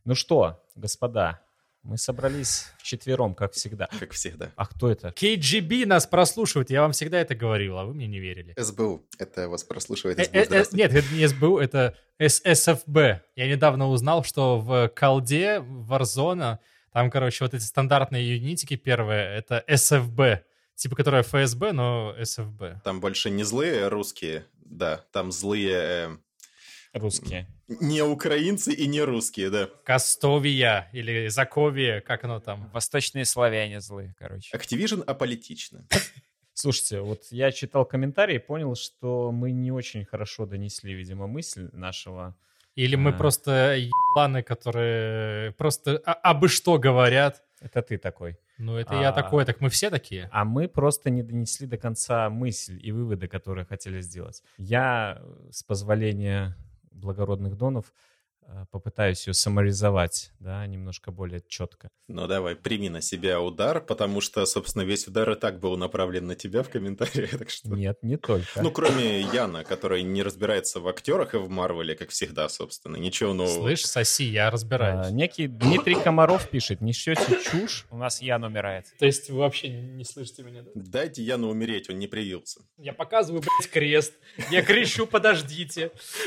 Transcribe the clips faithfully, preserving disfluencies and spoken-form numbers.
Ну что, господа, мы собрались вчетвером, как всегда. Как всегда. А кто это? кей джи би нас прослушивает, я вам всегда это говорил, а вы мне не верили. эс бэ у, это вас прослушивает Э, эс бэ э, у, э, здравствуйте. Нет, это не эс бэ у, это эс эс эф бэ. Я недавно узнал, что в колде, в Warzone, там, короче, вот эти стандартные юнитики первые, это эс эф бэ. Типа, которая эф эс бэ, но эс эф бэ. Там больше не злые русские, да, там злые э, Русские. не украинцы и не русские, да. Кастовия или Заковия, как оно там? Восточные славяне злые, короче. Activision аполитично. Слушайте, вот я читал комментарии и понял, что мы не очень хорошо донесли, видимо, мысль нашего... Или мы А. просто ебланы, которые просто а- абы что говорят. Это ты такой. Ну, это А. я такой, так мы все такие. А мы просто не донесли до конца мысль и выводы, которые хотели сделать. Я, с позволения благородных донов, э, попытаюсь ее саморизовать, да, немножко более четко. Ну давай, прими на себя удар, потому что, собственно, весь удар и так был направлен на тебя в комментариях, так что... Нет, не только. Ну, кроме Яна, который не разбирается в актерах и в Марвеле, как всегда, собственно, ничего нового. Слышь, соси, я разбираюсь. А, некий Дмитрий Комаров пишет: несете чушь. У нас Ян умирает. То есть вы вообще не слышите меня, да? Дайте Яну умереть, он не привился. Я показываю, блядь, крест. Я кричу, подождите.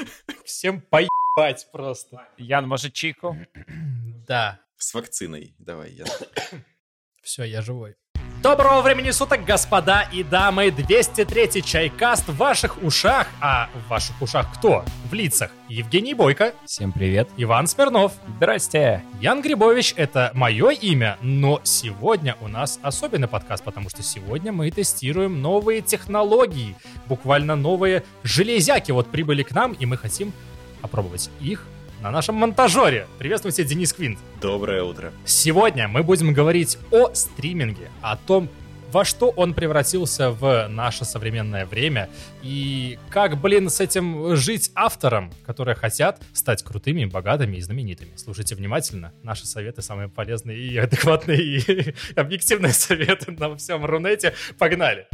Всем поебать просто. Ян, может, чайку? Да. С вакциной, давай, Ян. Все, я живой. Доброго времени суток, господа и дамы. двести третий чайкаст в ваших ушах. А в ваших ушах кто? В лицах. Евгений Бойко, Всем привет. Иван Смирнов, Здрасте. Ян Грибович — это мое имя, но сегодня у нас особенный подкаст, потому что сегодня мы тестируем новые технологии, буквально новые железяки вот прибыли к нам, и мы хотим опробовать их на нашем монтажере. Приветствуйте, Денис Квинт. Доброе утро. Сегодня мы будем говорить о стриминге, о том, во что он превратился в наше современное время и как, блин, с этим жить авторам, которые хотят стать крутыми, богатыми и знаменитыми. Слушайте внимательно. Наши советы самые полезные и адекватные, и объективные советы на всем Рунете. Погнали!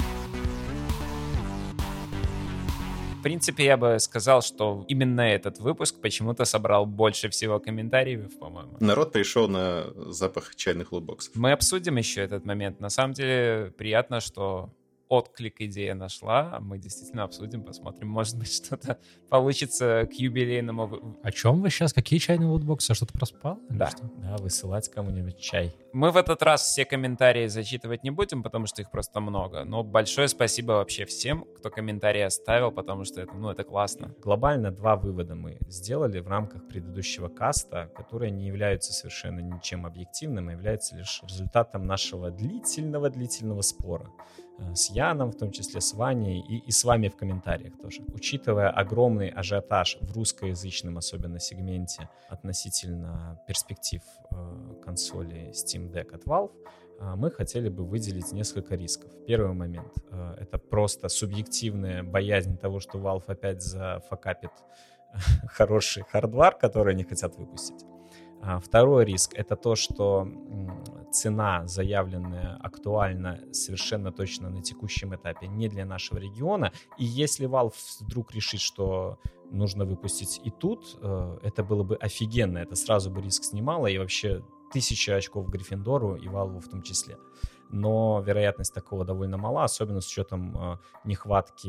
В принципе, я бы сказал, что именно этот выпуск почему-то собрал больше всего комментариев, по-моему. Народ пришел на запах чайных лутбоксов. Мы обсудим еще этот момент. На самом деле, приятно, что отклик идея нашла. Мы действительно обсудим, посмотрим. Может быть, что-то получится к юбилейному... вы- О чем вы сейчас? Какие чайные лутбоксы? Что-то проспал? или Да. что? Да, высылать кому-нибудь чай. Мы в этот раз все комментарии зачитывать не будем, потому что их просто много. Но большое спасибо вообще всем, кто комментарии оставил, потому что это, ну, это классно. Глобально два вывода мы сделали в рамках предыдущего каста, которые не являются совершенно ничем объективным, а являются лишь результатом нашего длительного-длительного спора э, с Яном, в том числе с Ваней, и, и с вами в комментариях тоже. Учитывая огромный ажиотаж в русскоязычном особенно сегменте относительно перспектив э, консоли Steam Deck от Valve, э, мы хотели бы выделить несколько рисков. Первый момент э, — это просто субъективная боязнь того, что Valve опять зафакапит хороший хардвар, который они хотят выпустить. А второй риск — это то, что м, цена, заявленная актуально совершенно точно на текущем этапе, не для нашего региона. И если Valve вдруг решит, что нужно выпустить и тут, э, это было бы офигенно. Это сразу бы риск снимало, и вообще тысяча очков Гриффиндору и Valve в том числе. Но вероятность такого довольно мала, особенно с учетом э, нехватки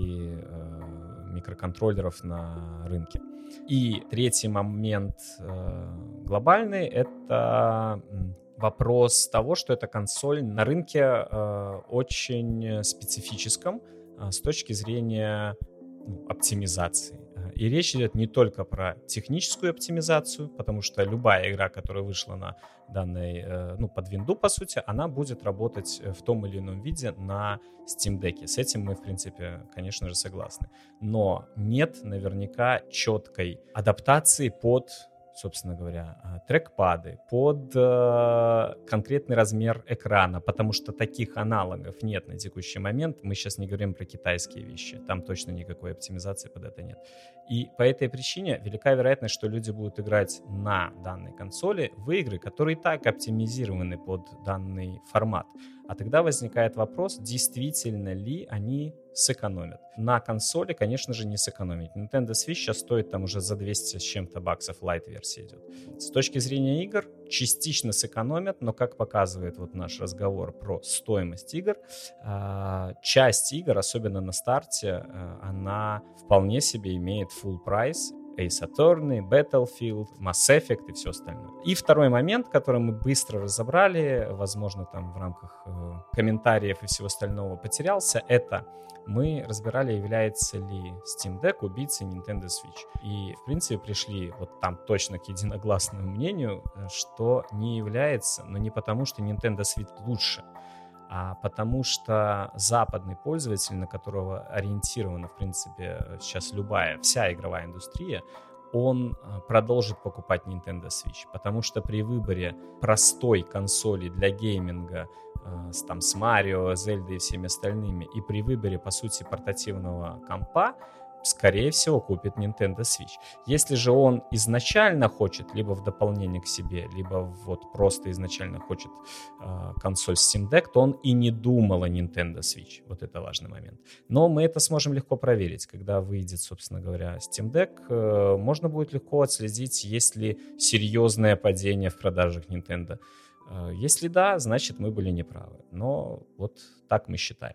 э, микроконтроллеров на рынке. И третий момент э, глобальный — это м, вопрос того, что эта консоль на рынке э, очень специфическом э, с точки зрения ну, оптимизации. И речь идет не только про техническую оптимизацию, потому что любая игра, которая вышла на данной, э, ну, под винду, по сути, она будет работать в том или ином виде на Steam Deck. С этим мы, в принципе, конечно же, согласны. Но нет наверняка четкой адаптации под, собственно говоря, трекпады, под э, конкретный размер экрана, потому что таких аналогов нет на текущий момент. Мы сейчас не говорим про китайские вещи, там точно никакой оптимизации под это нет. И по этой причине велика вероятность, что люди будут играть на данной консоли в игры, которые и так оптимизированы под данный формат. А тогда возникает вопрос, действительно ли они сэкономят. На консоли, конечно же, не сэкономить. Nintendo Switch сейчас стоит там уже за двести с чем-то баксов, лайт-версия идет. С точки зрения игр, частично сэкономят, но, как показывает вот наш разговор про стоимость игр, часть игр, особенно на старте, она вполне себе имеет full прайс. Ace Attorney, Battlefield, Mass Effect и все остальное. И второй момент, который мы быстро разобрали, возможно, там в рамках э, комментариев и всего остального потерялся, это мы разбирали, является ли Steam Deck убийцей Nintendo Switch. И, в принципе, пришли вот там точно к единогласному мнению, что не является, но не потому, что Nintendo Switch лучше, а потому что западный пользователь, на которого ориентирована, в принципе, сейчас любая, вся игровая индустрия, он продолжит покупать Nintendo Switch, потому что при выборе простой консоли для гейминга с, там, с Марио, Зельдой и всеми остальными, и при выборе, по сути, портативного компа, скорее всего, купит Nintendo Switch. Если же он изначально хочет, либо в дополнение к себе, либо вот просто изначально хочет э, консоль Steam Deck, то он и не думал о Nintendo Switch. Вот это важный момент. Но мы это сможем легко проверить. Когда выйдет, собственно говоря, Steam Deck, э, можно будет легко отследить, есть ли серьезное падение в продажах Nintendo. Э, если да, значит, мы были неправы. Но вот так мы считаем.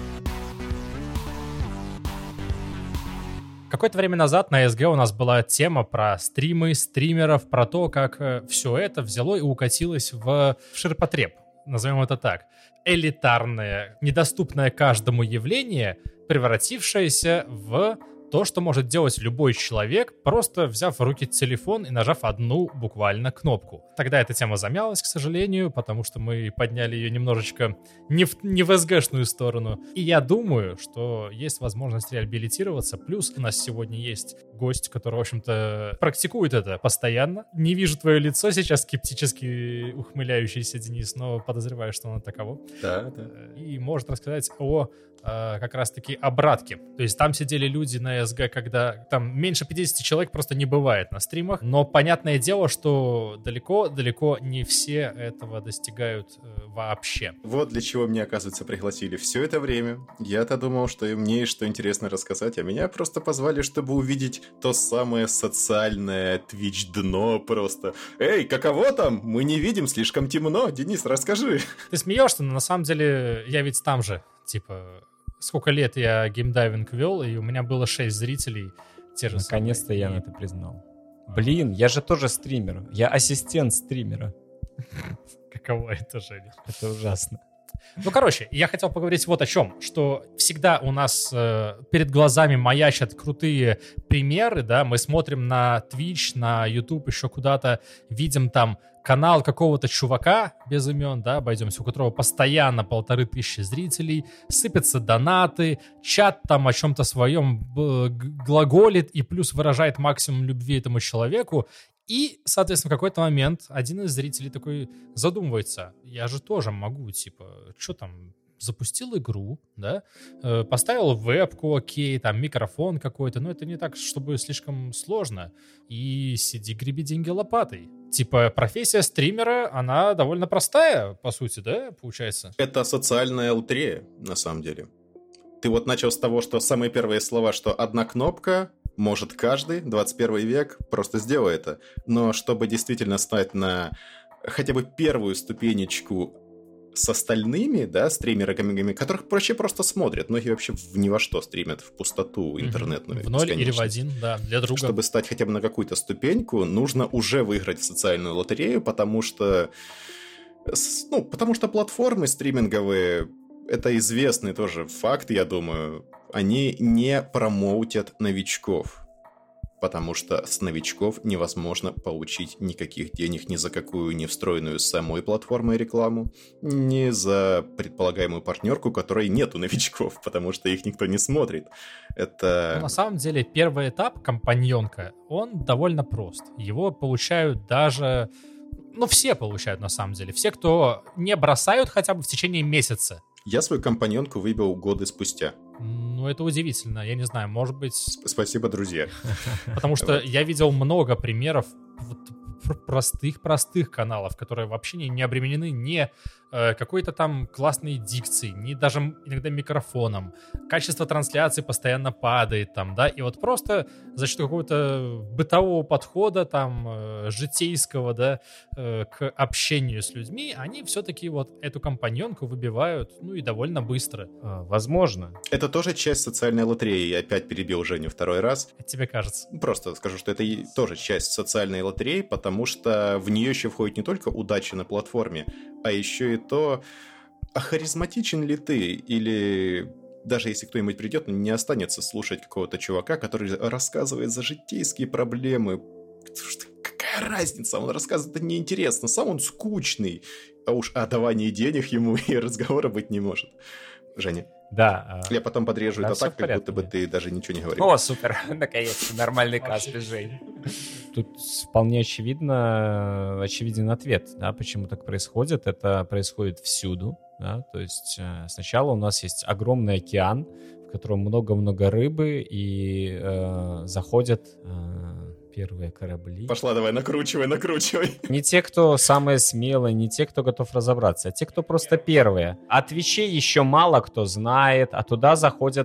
Какое-то время назад на эс джи у нас была тема про стримы, стримеров, про то, как э, все это взяло и укатилось в ширпотреб, назовем это так. Элитарное, недоступное каждому явление, превратившееся в то, что может делать любой человек, просто взяв в руки телефон и нажав одну буквально кнопку. Тогда эта тема замялась, к сожалению, потому что мы подняли ее немножечко не в, не в эс джи-шную сторону. И я думаю, что есть возможность реабилитироваться. Плюс у нас сегодня есть гость, который, в общем-то, практикует это постоянно. Не вижу твое лицо сейчас, скептически ухмыляющийся, Денис, но подозреваю, что оно таково. Да, да. И может рассказать о как раз-таки обратки. То есть там сидели люди на эс джи, когда там меньше пятьдесят человек просто не бывает на стримах, но понятное дело, что далеко-далеко не все этого достигают э, вообще. Вот для чего меня, оказывается, пригласили все это время. Я-то думал, что и мне есть что интересно рассказать, а меня просто позвали, чтобы увидеть то самое социальное Twitch-дно просто. Эй, каково там? Мы не видим, слишком темно. Денис, расскажи. Ты смеешься, но на самом деле я ведь там же, типа... Сколько лет я геймдайвинг вел, и у меня было шесть зрителей. Те же Наконец-то самые. я на это признал. Блин, я же тоже стример. Я ассистент стримера. Каково это, Женя? Это ужасно. Ну, короче, я хотел поговорить вот о чем, что всегда у нас э, перед глазами маячат крутые примеры, да, мы смотрим на Twitch, на YouTube, еще куда-то, видим там канал какого-то чувака без имен, да, обойдемся, у которого постоянно полторы тысячи зрителей, сыпятся донаты, чат там о чем-то своем глаголит и плюс выражает максимум любви этому человеку. И, соответственно, в какой-то момент один из зрителей такой задумывается, я же тоже могу, типа, что там, запустил игру, да, э, поставил вебку, окей, там микрофон какой-то, но это не так, чтобы слишком сложно, и сиди, греби деньги лопатой. Типа, профессия стримера, она довольно простая, по сути, да, получается? Это социальная лотерея, на самом деле. Ты вот начал с того, что самые первые слова, что одна кнопка... Может каждый, двадцать первый век, просто сделай это. Но чтобы действительно стать на хотя бы первую ступенечку с остальными, да, стримерами, которых проще просто смотрят. Многие вообще в ни во что стримят, в пустоту интернетную. В ноль или в один, да, для друга. Чтобы стать хотя бы на какую-то ступеньку, нужно уже выиграть в социальную лотерею, потому что... Ну, потому что платформы стриминговые... Это известный тоже факт, я думаю. Они не промоутят новичков, потому что с новичков невозможно получить никаких денег ни за какую не встроенную самой платформой рекламу, ни за предполагаемую партнерку, которой нету новичков, потому что их никто не смотрит. Это... Но на самом деле первый этап, компаньонка, он довольно прост. Его получают даже... Ну, все получают на самом деле. Все, кто не бросают хотя бы в течение месяца. Я свою компаньонку выбил годы спустя. Ну, это удивительно. Я не знаю, может быть... Спасибо, друзья. Потому что я видел много примеров простых-простых каналов, которые вообще не, не обременены ни э, какой-то там классной дикцией, ни даже иногда микрофоном. Качество трансляции постоянно падает там, да, и вот просто за счет какого-то бытового подхода там, э, житейского, да, э, к общению с людьми, они все-таки вот эту компаньонку выбивают, ну и довольно быстро. А, возможно. Это тоже часть социальной лотереи. Я опять перебил Женю второй раз. Это тебе кажется? Просто скажу, что это и тоже часть социальной лотереи, потому что в нее еще входит не только удача на платформе, а еще и то, а харизматичен ли ты, или даже если кто-нибудь придет, не останется слушать какого-то чувака, который рассказывает за житейские проблемы. Что, какая разница? Он рассказывает, это неинтересно, сам он скучный. А уж о давании денег ему и разговора быть не может. Женя. Да. Я потом подрежу да, это так, как порядке, будто бы да. ты даже ничего не говорил. О, супер, наконец-то нормальный каст без Жени. Тут вполне очевидно, очевиден ответ, да, почему так происходит. Это происходит всюду, да, то есть э, сначала у нас есть огромный океан, в котором много-много рыбы, и э, заходят э, первые корабли. Пошла, давай, накручивай, накручивай. Не те, кто самые смелые, не те, кто готов разобраться, а те, кто просто первые. О Твиче еще мало кто знает, а туда заходят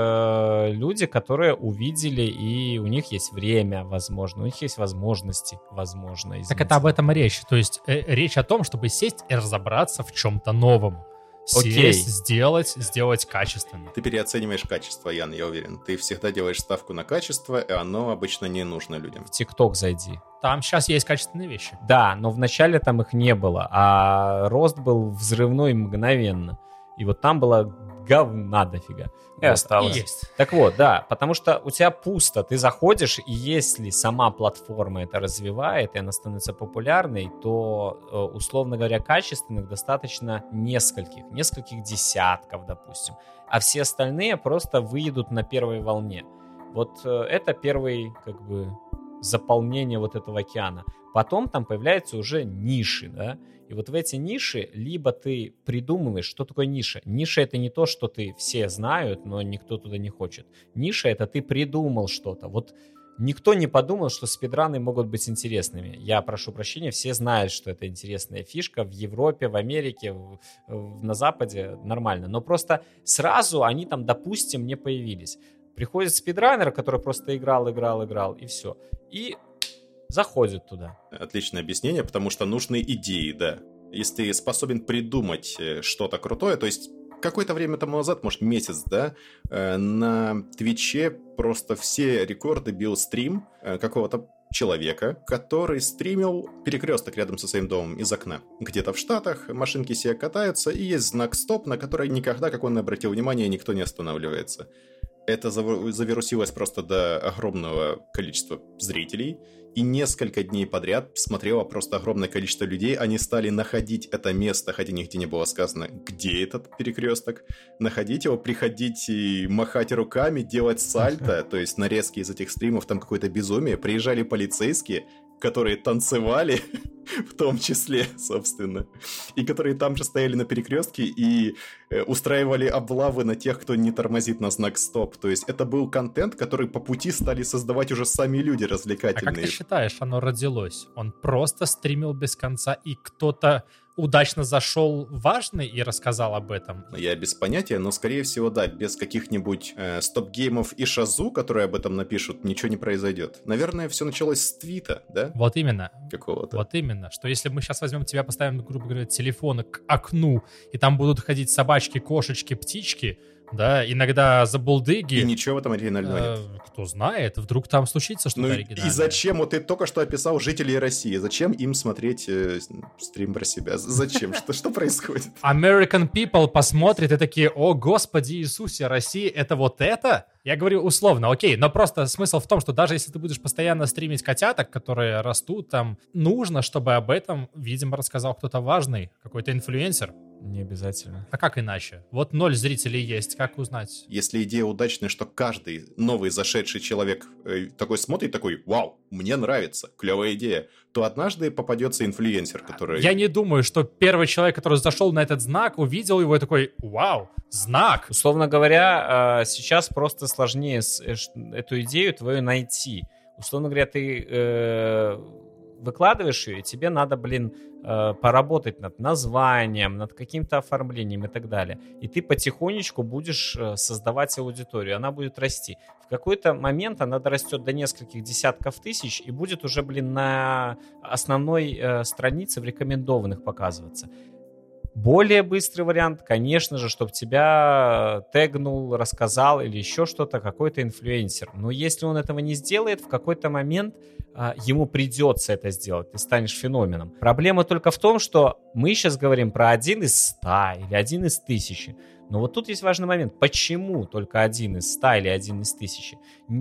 э, люди, которые увидели, и у них есть время, возможно, у них есть возможности, возможно. Так извините. это об этом и речь. То есть э, речь о том, чтобы сесть и разобраться в чем-то новом. Окей. Сесть, сделать, сделать качественно. Ты переоцениваешь качество, Ян, я уверен. Ты всегда делаешь ставку на качество, и оно обычно не нужно людям. В ТикТок зайди. Там сейчас есть качественные вещи. Да, но вначале там их не было, а рост был взрывной мгновенно. И вот там было говна дофига. И Вот. осталось. И есть. Так вот, да, потому что у тебя пусто, ты заходишь, и если сама платформа это развивает, и она становится популярной, то, э, условно говоря, качественных достаточно нескольких, нескольких десятков, допустим, а все остальные просто выйдут на первой волне. Вот э, это первый, как бы, заполнение вот этого океана. Потом там появляются уже ниши, да, и вот в эти ниши либо ты придумываешь, что такое ниша. Ниша — это не то, что ты все знают, но никто туда не хочет. Ниша — это ты придумал что-то. Вот никто не подумал, что спидраны могут быть интересными. Я прошу прощения, все знают, что это интересная фишка в Европе, в Америке, в, в, на Западе нормально. Но просто сразу они там, допустим, не появились. Приходит спидранер, который просто играл, играл, играл, и все. И заходит туда. Отличное объяснение, потому что нужны идеи, да. Если ты способен придумать что-то крутое, то есть какое-то время тому назад, может месяц, да, на Твиче просто все рекорды бил стрим какого-то человека, который стримил перекресток рядом со своим домом из окна. Где-то в Штатах машинки себе катаются, и есть знак «Стоп», на который никогда, как он обратил внимание, никто не останавливается. Это завирусилось просто до огромного количества зрителей, и несколько дней подряд смотрело просто огромное количество людей. Они стали находить это место, хотя нигде не было сказано, где этот перекресток, находить его, приходить и махать руками, делать сальто, то есть нарезки из этих стримов, там какое-то безумие. Приезжали полицейские, которые танцевали, в том числе, собственно, и которые там же стояли на перекрестке и э, устраивали облавы на тех, кто не тормозит на знак «Стоп». То есть это был контент, который по пути стали создавать уже сами люди развлекательные. А как ты считаешь, оно родилось? Он просто стримил без конца, и кто-то удачно зашел важный и рассказал об этом? Я без понятия, но, скорее всего, да, без каких-нибудь э, стоп-геймов и шазу, которые об этом напишут, ничего не произойдет. Наверное, все началось с твита, да? Вот именно. Какого-то. Вот именно, что если мы сейчас возьмем тебя, поставим, грубо говоря, телефон к окну, и там будут ходить собачки, кошечки, птички, да, иногда забулдыги. И ничего в этом оригинального э, нет. Кто знает, вдруг там случится что-то Ну оригинальное. и зачем? Вот ты только что описал жителей России. Зачем им смотреть э, стрим про себя? Зачем? Что, что происходит? American people посмотрят и такие: о, Господи Иисусе, Россия, это вот это? Я говорю условно, окей, но просто смысл в том, что даже если ты будешь постоянно стримить котяток, которые растут там, нужно, чтобы об этом, видимо, рассказал кто-то важный, какой-то инфлюенсер. Не обязательно. А как иначе? Вот ноль зрителей есть, как узнать? Если идея удачная, что каждый новый зашедший человек э, такой смотрит, такой: вау, мне нравится, клевая идея, то однажды попадется инфлюенсер, который... Я не думаю, что первый человек, который зашел на этот знак, увидел его и такой: вау, знак! Условно говоря, сейчас просто сложнее эту идею твою найти. Условно говоря, ты... Э, выкладываешь ее, и тебе надо, блин, э, поработать над названием, над каким-то оформлением и так далее. И ты потихонечку будешь э, создавать аудиторию, она будет расти. В какой-то момент она дорастет до нескольких десятков тысяч и будет уже, блин, на основной э, странице в рекомендованных показываться. Более быстрый вариант, конечно же, чтобы тебя тегнул, рассказал или еще что-то какой-то инфлюенсер. Но если он этого не сделает, в какой-то момент а, ему придется это сделать. Ты станешь феноменом. Проблема только в том, что мы сейчас говорим про один из ста или один из тысячи. Но вот тут есть важный момент. Почему только один из ста или один из тысячи?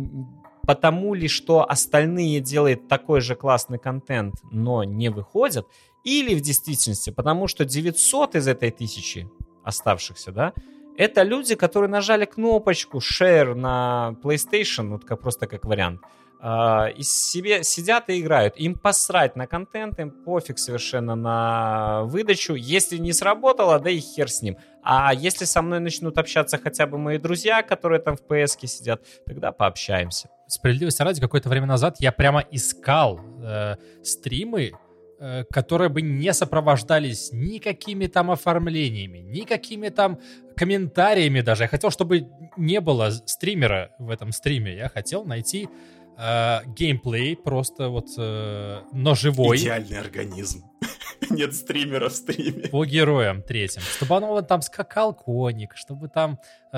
Потому ли, что остальные делают такой же классный контент, но не выходят? Или в действительности, потому что девятьсот из этой тысячи оставшихся, да, это люди, которые нажали кнопочку share на PlayStation, вот как, просто как вариант, э, и себе сидят и играют. Им посрать на контент, им пофиг совершенно на выдачу. Если не сработало, да и хер с ним. А если со мной начнут общаться хотя бы мои друзья, которые там в пи эс-ке сидят, тогда пообщаемся. Справедливости ради, какое-то время назад я прямо искал э, стримы, которые бы не сопровождались никакими там оформлениями, никакими там комментариями даже. Я хотел, чтобы не было стримера в этом стриме. Я хотел найти э, геймплей просто вот, э, но живой. Идеальный организм. Нет стримера в стриме. По героям третьим. Чтобы он там скакал коник, чтобы там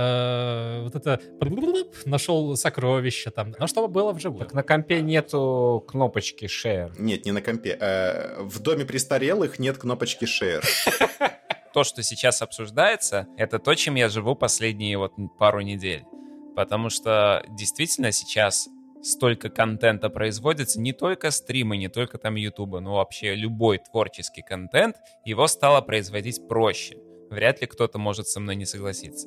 э, вот это нашел сокровища там, но чтобы было вживую. Так на компе нету кнопочки share. Нет, не на компе. А в доме престарелых нет кнопочки share. То, что сейчас обсуждается, это то, чем я живу последние вот пару недель. Потому что действительно сейчас столько контента производится, не только стримы, не только там ютуба, но вообще любой творческий контент, его стало производить проще. Вряд ли кто-то может со мной не согласиться.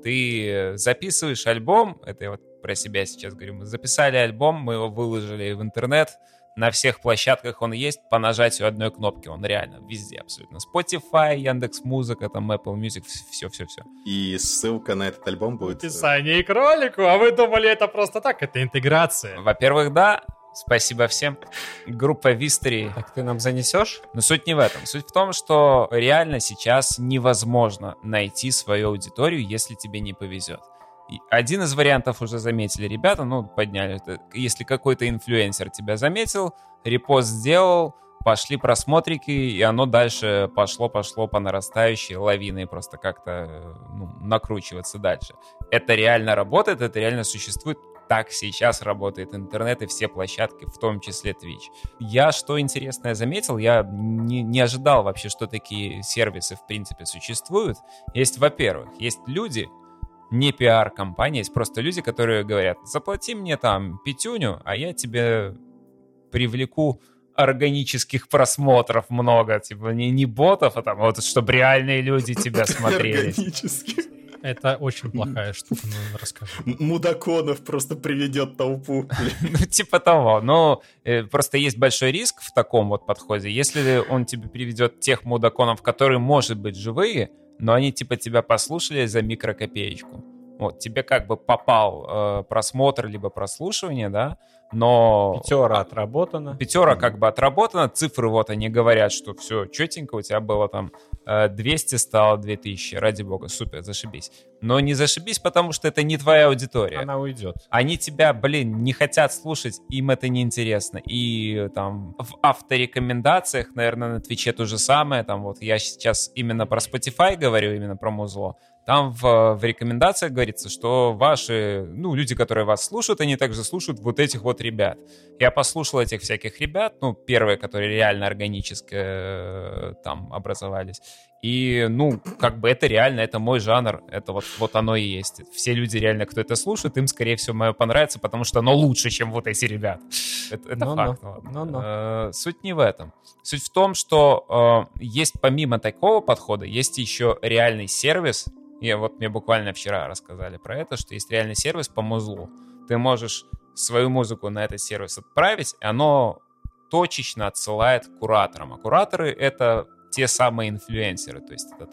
Ты записываешь альбом, это я вот про себя сейчас говорю, мы записали альбом, мы его выложили в интернет, на всех площадках он есть, по нажатию одной кнопки, он реально везде абсолютно. Spotify, Яндекс.Музыка, там Apple Music, все-все-все. И ссылка на этот альбом будет... Описание к ролику, а вы думали, это просто так, это интеграция. Во-первых, да, спасибо всем. Группа Вистери. Так ты нам занесешь? Но суть не в этом. Суть в том, что реально сейчас невозможно найти свою аудиторию, если тебе не повезет. Один из вариантов уже заметили ребята, ну, подняли. Если какой-то инфлюенсер тебя заметил, репост сделал, пошли просмотрики, и оно дальше пошло-пошло по нарастающей лавиной просто как-то ну, накручиваться дальше. Это реально работает, это реально существует. Так сейчас работает интернет и все площадки, в том числе Twitch. Я что интересное заметил, я не, не ожидал вообще, что такие сервисы в принципе существуют. Есть, во-первых, есть люди... Не пиар-компания, есть просто люди, которые говорят, заплати мне там пятюню, а я тебе привлеку органических просмотров много, типа не, не ботов, а там вот, чтобы реальные люди тебя смотрели. Органических. Это очень плохая штука, ну расскажи. Мудаконов просто приведет толпу. Ну, типа того. Но э, просто есть большой риск в таком вот подходе. Если он тебе приведет тех мудаконов, которые, может быть, живые, но они типа тебя послушали за микрокопеечку. Вот, тебе как бы попал э, просмотр либо прослушивание, да, но... Пятера отработана. Пятера как бы отработана, цифры вот они говорят, что все четенько, у тебя было там э, двести, стало две тысячи, ради бога, супер, зашибись. Но не зашибись, потому что это не твоя аудитория. Она уйдет. Они тебя, блин, не хотят слушать, им это неинтересно. И там в авторекомендациях, наверное, на Твиче то же самое, там вот я сейчас именно про Spotify говорю, именно про музло. Там в, в рекомендациях говорится, что ваши, ну, люди, которые вас слушают, они также слушают вот этих вот ребят. Я послушал этих всяких ребят, ну, первые, которые реально органически э, там образовались. И, ну, как бы это реально, это мой жанр, это вот, вот оно и есть. Все люди реально, кто это слушает, им, скорее всего, мое понравится, потому что оно лучше, чем вот эти ребят. Это, это no, факт. No. Ладно. No, no. Э, суть не в этом. Суть в том, что э, есть помимо такого подхода, есть еще реальный сервис. И вот мне буквально вчера рассказали про это, что есть реальный сервис по музлу. Ты можешь свою музыку на этот сервис отправить, и оно точечно отсылает к кураторам. А кураторы — это те самые инфлюенсеры, то есть это там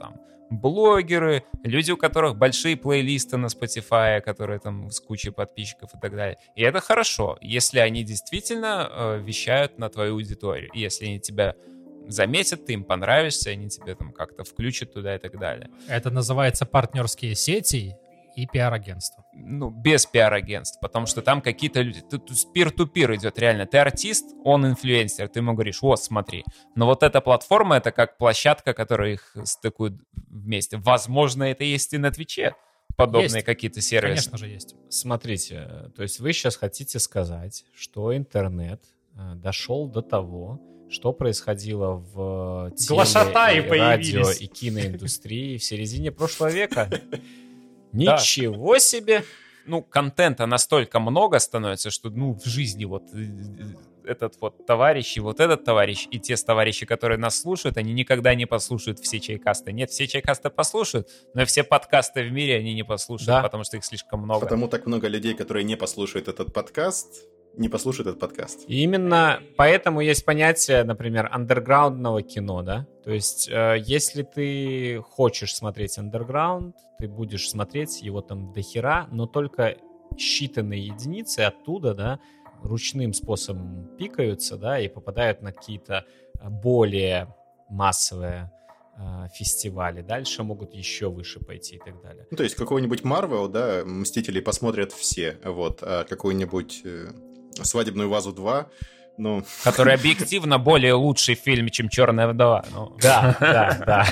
блогеры, люди, у которых большие плейлисты на Spotify, которые там с кучей подписчиков и так далее. И это хорошо, если они действительно э, вещают на твою аудиторию. Если они тебя заметят, ты им понравишься, они тебе там как-то включат туда и так далее. Это называется партнерские сети и пиар-агентство. Ну, без пиар-агентств, потому что там какие-то люди... Тут пир-ту-пир идет, реально. Ты артист, он инфлюенсер, ты ему говоришь, вот, смотри. Но вот эта платформа, это как площадка, которая их стыкует вместе. Возможно, это есть и на Твиче. Подобные есть. Какие-то сервисы. Конечно же, есть. Смотрите, то есть вы сейчас хотите сказать, что интернет э, дошел до того, что происходило в теле, Глашатаи и радио появились. и киноиндустрии в середине прошлого века. Ничего себе! Ну, контента настолько много становится, что, ну, в жизни вот этот вот товарищ и вот этот товарищ, и те товарищи, которые нас слушают, они никогда не послушают все чайкасты. Нет, все чайкасты послушают, но все подкасты в мире они не послушают, Да. потому что их слишком много. Потому так много людей, которые не послушают этот подкаст, не послушают этот подкаст. И именно поэтому есть понятие, например, андерграундного кино, да? То есть, э, если ты хочешь смотреть андерграунд, ты будешь смотреть его там до хера, но только считанные единицы оттуда, да, ручным способом пикаются, да, и попадают на какие-то более массовые э, фестивали. Дальше могут еще выше пойти и так далее. Ну, то есть какой-нибудь Marvel, да, Мстители посмотрят все, вот, а какой-нибудь э, Свадебную вазу два, ну... Который объективно более лучший фильм, чем «Черная вдова». Ну. Да, да, да.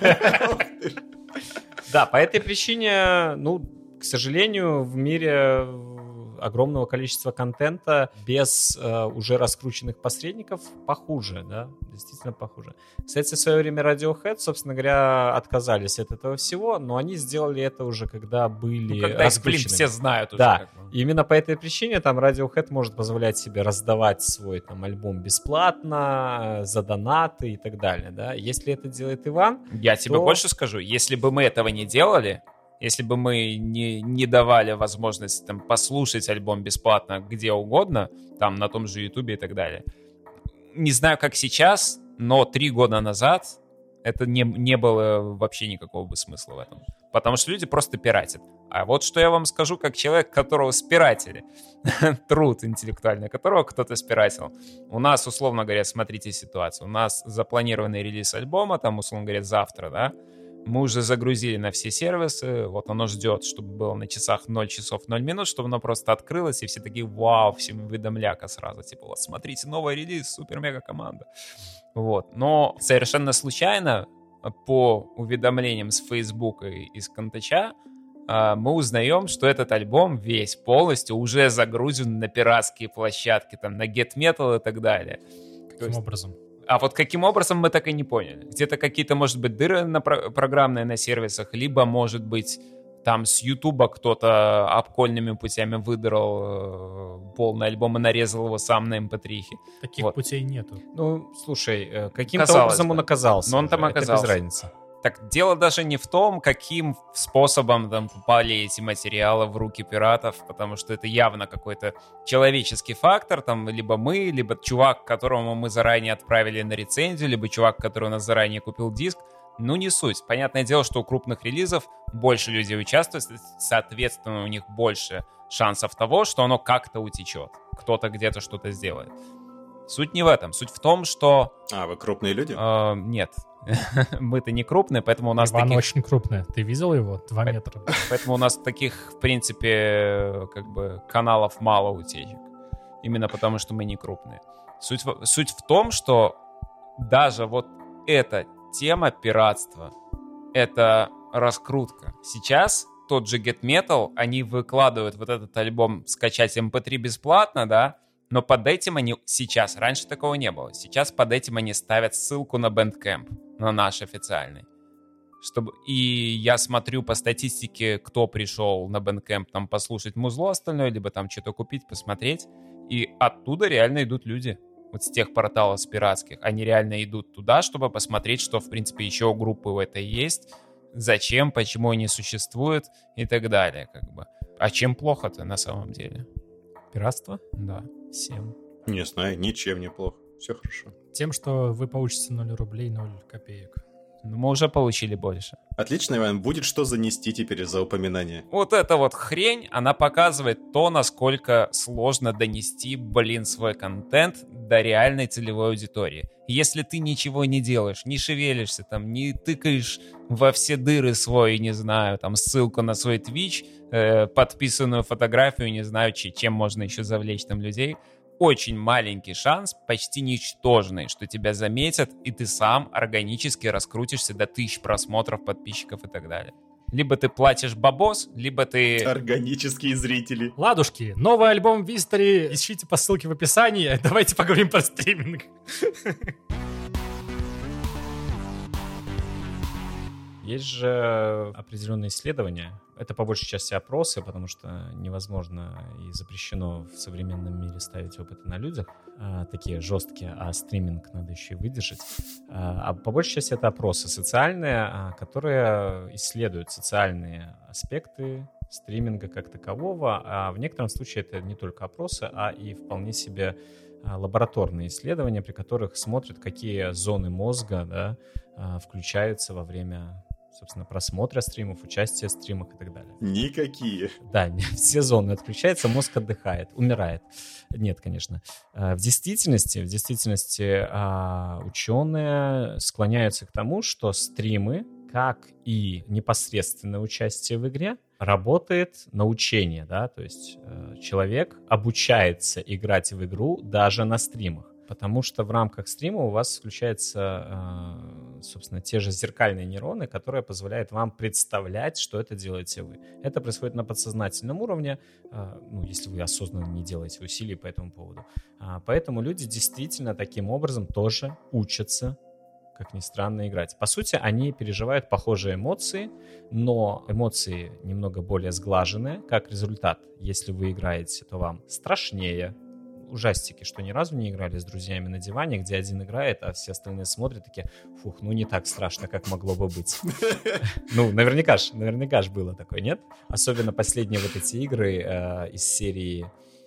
Да, по этой причине, ну, к сожалению, в мире огромного количества контента без э, уже раскрученных посредников похуже, да, действительно похуже. Кстати, в свое время Radiohead, собственно говоря, отказались от этого всего, но они сделали это уже, когда были Ну, когда их, блин, раскручены. все знают уже. Да, как бы. именно по этой причине там Radiohead может позволять себе раздавать свой там альбом бесплатно, за донаты и так далее, да. Если это делает Иван... Я тебе то- больше скажу, если бы мы этого не делали, если бы мы не, не давали возможность там, послушать альбом бесплатно где угодно, там на том же Ютубе и так далее, не знаю, как сейчас, но три года назад это не, не было вообще никакого бы смысла в этом. Потому что люди просто пиратят. А вот что я вам скажу, как человек, которого спиратили, труд интеллектуальный, которого кто-то спиратил. У нас, условно говоря, смотрите ситуацию. У нас запланированный релиз альбома, там, условно говоря, завтра, да, мы уже загрузили на все сервисы, вот оно ждет, чтобы было на часах ноль часов ноль минут, чтобы оно просто открылось, и все такие, вау, всем уведомляка сразу, типа, вот, смотрите, новый релиз, супер-мега-команда. Вот, но совершенно случайно по уведомлениям с Фейсбука и из Контача мы узнаем, что этот альбом весь полностью уже загрузен на пиратские площадки, там, на Get Metal и так далее. Каким есть... образом? А вот каким образом мы так и не поняли. Где-то какие-то, может быть, дыры на про- программные на сервисах, либо, может быть, там с Ютуба кто-то обкольными путями выдрал э, полный альбом и нарезал его сам на эм пэ три. Таких вот. путей нету. Ну, слушай, каким-то Казалось образом бы. он оказался. Но он уже. там оказался. Это без разницы. Так дело даже не в том, каким способом там попали эти материалы в руки пиратов, потому что это явно какой-то человеческий фактор, там либо мы, либо чувак, которому мы заранее отправили на рецензию, либо чувак, который у нас заранее купил диск. Ну, не суть. Понятное дело, что у крупных релизов больше людей участвует, соответственно, у них больше шансов того, что оно как-то утечет. Кто-то где-то что-то сделает. Суть не в этом. Суть в том, что... А, вы крупные люди? Э, нет. Мы-то не крупные, поэтому у нас Иван таких... очень крупный. Ты видел его? Два По- метра. Поэтому у нас таких, в принципе, как бы каналов мало утечек. Именно потому, что мы не крупные. Суть в, суть в том, что даже вот эта тема пиратства, это раскрутка. Сейчас тот же Get Metal, они выкладывают вот этот альбом скачать эм пэ три бесплатно, да, но под этим они сейчас, раньше такого не было, сейчас под этим они ставят ссылку на Bandcamp, на наш официальный. Чтобы... И я смотрю по статистике, кто пришел на Bandcamp там послушать музло остальное, либо там что-то купить, посмотреть, и оттуда реально идут люди. Вот с тех порталов, с пиратских, они реально идут туда, чтобы посмотреть, что, в принципе, еще у группы в этой есть, зачем, почему они существуют и так далее, как бы. А чем плохо-то на самом деле? Пиратство? Да. Всем. Не знаю, ничем не плохо. Все хорошо. Тем, что вы получите ноль рублей, ноль копеек. Но мы уже получили больше. Отлично, Иван. Будет что занести теперь за упоминание. Вот эта вот хрень, она показывает то, насколько сложно донести, блин, свой контент до реальной целевой аудитории. Если ты ничего не делаешь, не шевелишься, там, не тыкаешь во все дыры свой, не знаю, там, ссылку на свой Twitch, э, подписанную фотографию, не знаю, чем можно еще завлечь там людей, очень маленький шанс, почти ничтожный, что тебя заметят, и ты сам органически раскрутишься до тысяч просмотров, подписчиков и так далее. Либо ты платишь бабос, либо ты... Органические зрители. Ладушки, новый альбом Вистори, ищите по ссылке в описании. Давайте поговорим про стриминг. Есть же определенные исследования. Это по большей части опросы, потому что невозможно и запрещено в современном мире ставить опыты на людях, а, такие жесткие, а стриминг надо еще и выдержать. А, а по большей части это опросы социальные, а, которые исследуют социальные аспекты стриминга как такового. А в некотором случае это не только опросы, а и вполне себе лабораторные исследования, при которых смотрят, какие зоны мозга, да, включаются во время, собственно, просмотра стримов, участия в стримах и так далее. Никакие. Да, все зоны отключаются, мозг отдыхает, умирает. Нет, конечно. В действительности, в действительности ученые склоняются к тому, что стримы, как и непосредственное участие в игре, работает научение, да, то есть э, человек обучается играть в игру даже на стримах, потому что в рамках стрима у вас включаются, э, собственно, те же зеркальные нейроны, которые позволяют вам представлять, что это делаете вы. Это происходит на подсознательном уровне, э, ну, если вы осознанно не делаете усилий по этому поводу. А, поэтому люди действительно таким образом тоже учатся, как ни странно, играть. По сути, они переживают похожие эмоции, но эмоции немного более сглаженные. Как результат, если вы играете, то вам страшнее. Ужастики, что ни разу не играли с друзьями на диване, где один играет, а все остальные смотрят, такие, фух, ну не так страшно, как могло бы быть. Ну, наверняка ж, наверняка ж было такое, нет? Особенно последние вот эти игры э, из серии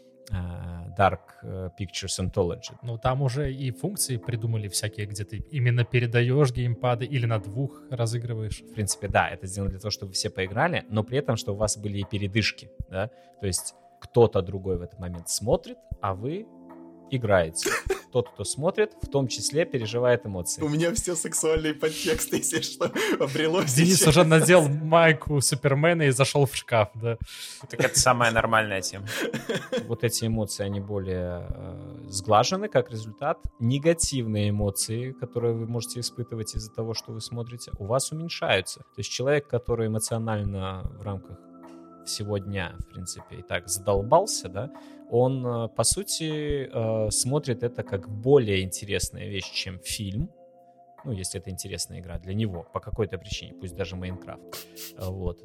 Dark Pictures Anthology. Ну, там уже и функции придумали всякие, где ты именно передаешь геймпады или на двух разыгрываешь. В принципе, да, это сделано для того, чтобы все поиграли, но при этом, чтобы у вас были и передышки, да, то есть кто-то другой в этот момент смотрит, а вы играете. Тот, кто смотрит, в том числе переживает эмоции. У меня все сексуальные подтексты, если что, обрело. Денис сейчас. уже надел майку Супермена и зашел в шкаф, да. Так это самая нормальная тема. Вот эти эмоции, они более э, сглажены, как результат. Негативные эмоции, которые вы можете испытывать из-за того, что вы смотрите, у вас уменьшаются. То есть человек, который эмоционально в рамках всего дня, в принципе, и так задолбался, да, он, по сути, э, смотрит это как более интересная вещь, чем фильм. Ну, если это интересная игра для него, по какой-то причине, пусть даже Майнкрафт. Вот.